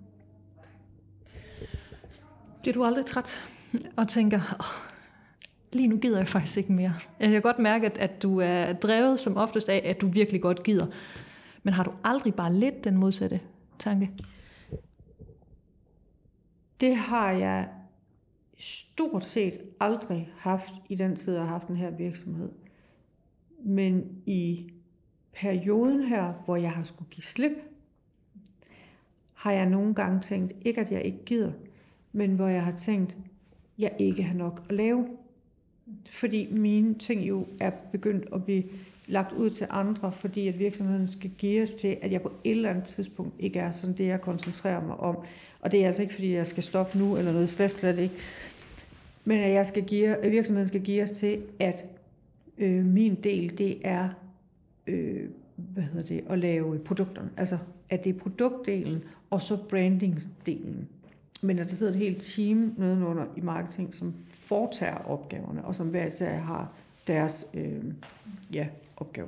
Bliver du aldrig træt og tænker, oh, lige nu gider jeg faktisk ikke mere? Jeg kan godt mærke, at, at du er drevet som oftest af, at du virkelig godt gider. Men har du aldrig bare lidt den modsatte tanke? Det har jeg stort set aldrig haft i den tid, jeg har haft den her virksomhed. Men i perioden her, hvor jeg har skulle give slip, har jeg nogle gange tænkt, ikke at jeg ikke gider, men hvor jeg har tænkt, at jeg ikke har nok at lave. Fordi mine ting jo er begyndt at blive lagt ud til andre, fordi at virksomheden skal give os til, at jeg på et eller andet tidspunkt ikke er sådan det, jeg koncentrerer mig om. Og det er altså ikke, fordi jeg skal stoppe nu, eller noget, slet slet ikke. Men at, jeg skal give, at virksomheden skal give os til, at øh, min del, det er øh, hvad hedder det, at lave produkterne. Altså, at det er produktdelen, og så brandingdelen. Men at der sidder et helt team nedenunder i marketing, som foretager opgaverne, og som hver især har deres øh, ja, opgaver.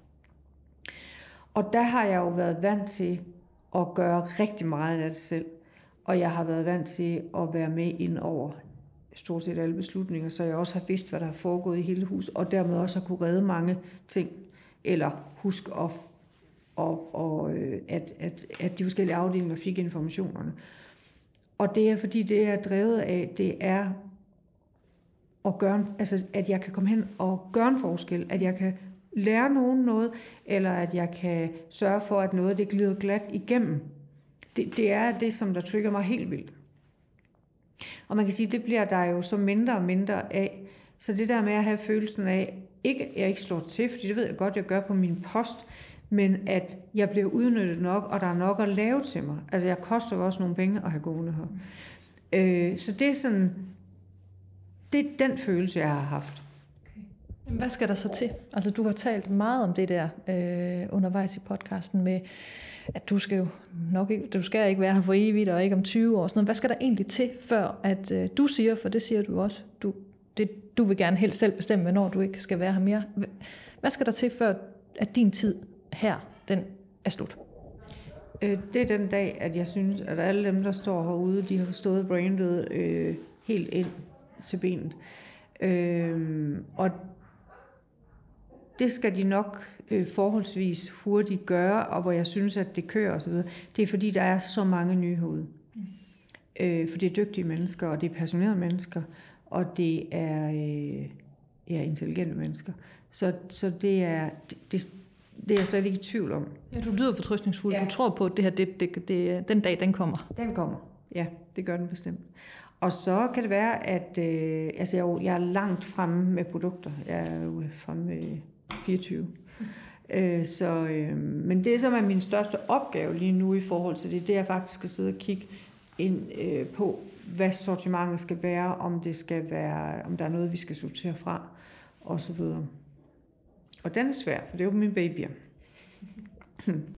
Og der har jeg jo været vant til at gøre rigtig meget af det selv. Og jeg har været vant til at være med ind over stort set alle beslutninger, så jeg også har vidst, hvad der har foregået i hele huset, og dermed også har kunne redde mange ting, eller huske, at, og, og, at, at, at de forskellige afdelinger fik informationerne. Og det er, fordi det er drevet af, det er at gøre, altså at jeg kan komme hen og gøre en forskel, at jeg kan lære nogen noget, eller at jeg kan sørge for, at noget det glider glat igennem. Det, det er det, som der trigger mig helt vildt. Og man kan sige, det bliver der jo så mindre og mindre af. Så det der med at have følelsen af, ikke at jeg ikke slår til, fordi det ved jeg godt, jeg gør på min post, men at jeg bliver udnyttet nok, og der er nok at lave til mig. Altså jeg koster jo også nogle penge at have gående her. Øh, så det er sådan, det er den følelse, jeg har haft. Okay. Hvad skal der så til? Altså du har talt meget om det der øh, undervejs i podcasten med, at du skal jo nok ikke, du skal ikke være her for evigt, og ikke om tyve år. Sådan noget. Hvad skal der egentlig til, før at øh, du siger, for det siger du også, du, det, du vil gerne helt selv bestemme, hvornår du ikke skal være her mere. Hvad skal der til, før at din tid her, den er slut? Øh, det er den dag, at jeg synes, at alle dem, der står herude, de har stået brandet øh, helt ind til benet. Øh, og det skal de nok øh, forholdsvis hurtigt gøre, og hvor jeg synes, at det kører osv. Det er fordi, der er så mange nye herude. Mm. Øh, for det er dygtige mennesker, og det er passionerede mennesker, og det er, øh, ja, intelligente mennesker. Så, så det, er, det, det, det er jeg slet ikke i tvivl om. Ja, du lyder fortrøstningsfuld. Ja. Du tror på, at det her, det, det, det, den dag, den kommer. Den kommer, ja, det gør den bestemt. Og så kan det være, at øh, altså jeg, er jo, jeg er langt fremme med produkter. Jeg er jo fremme med fireogtyve. Mm. Øh, så, øh, men det, som er min største opgave lige nu i forhold til det, det er faktisk at sidde og kigge ind øh, på, hvad sortimentet skal være, om det skal være, om der er noget, vi skal sortere fra, og så videre. Og den er svær, for det er jo mine babyer.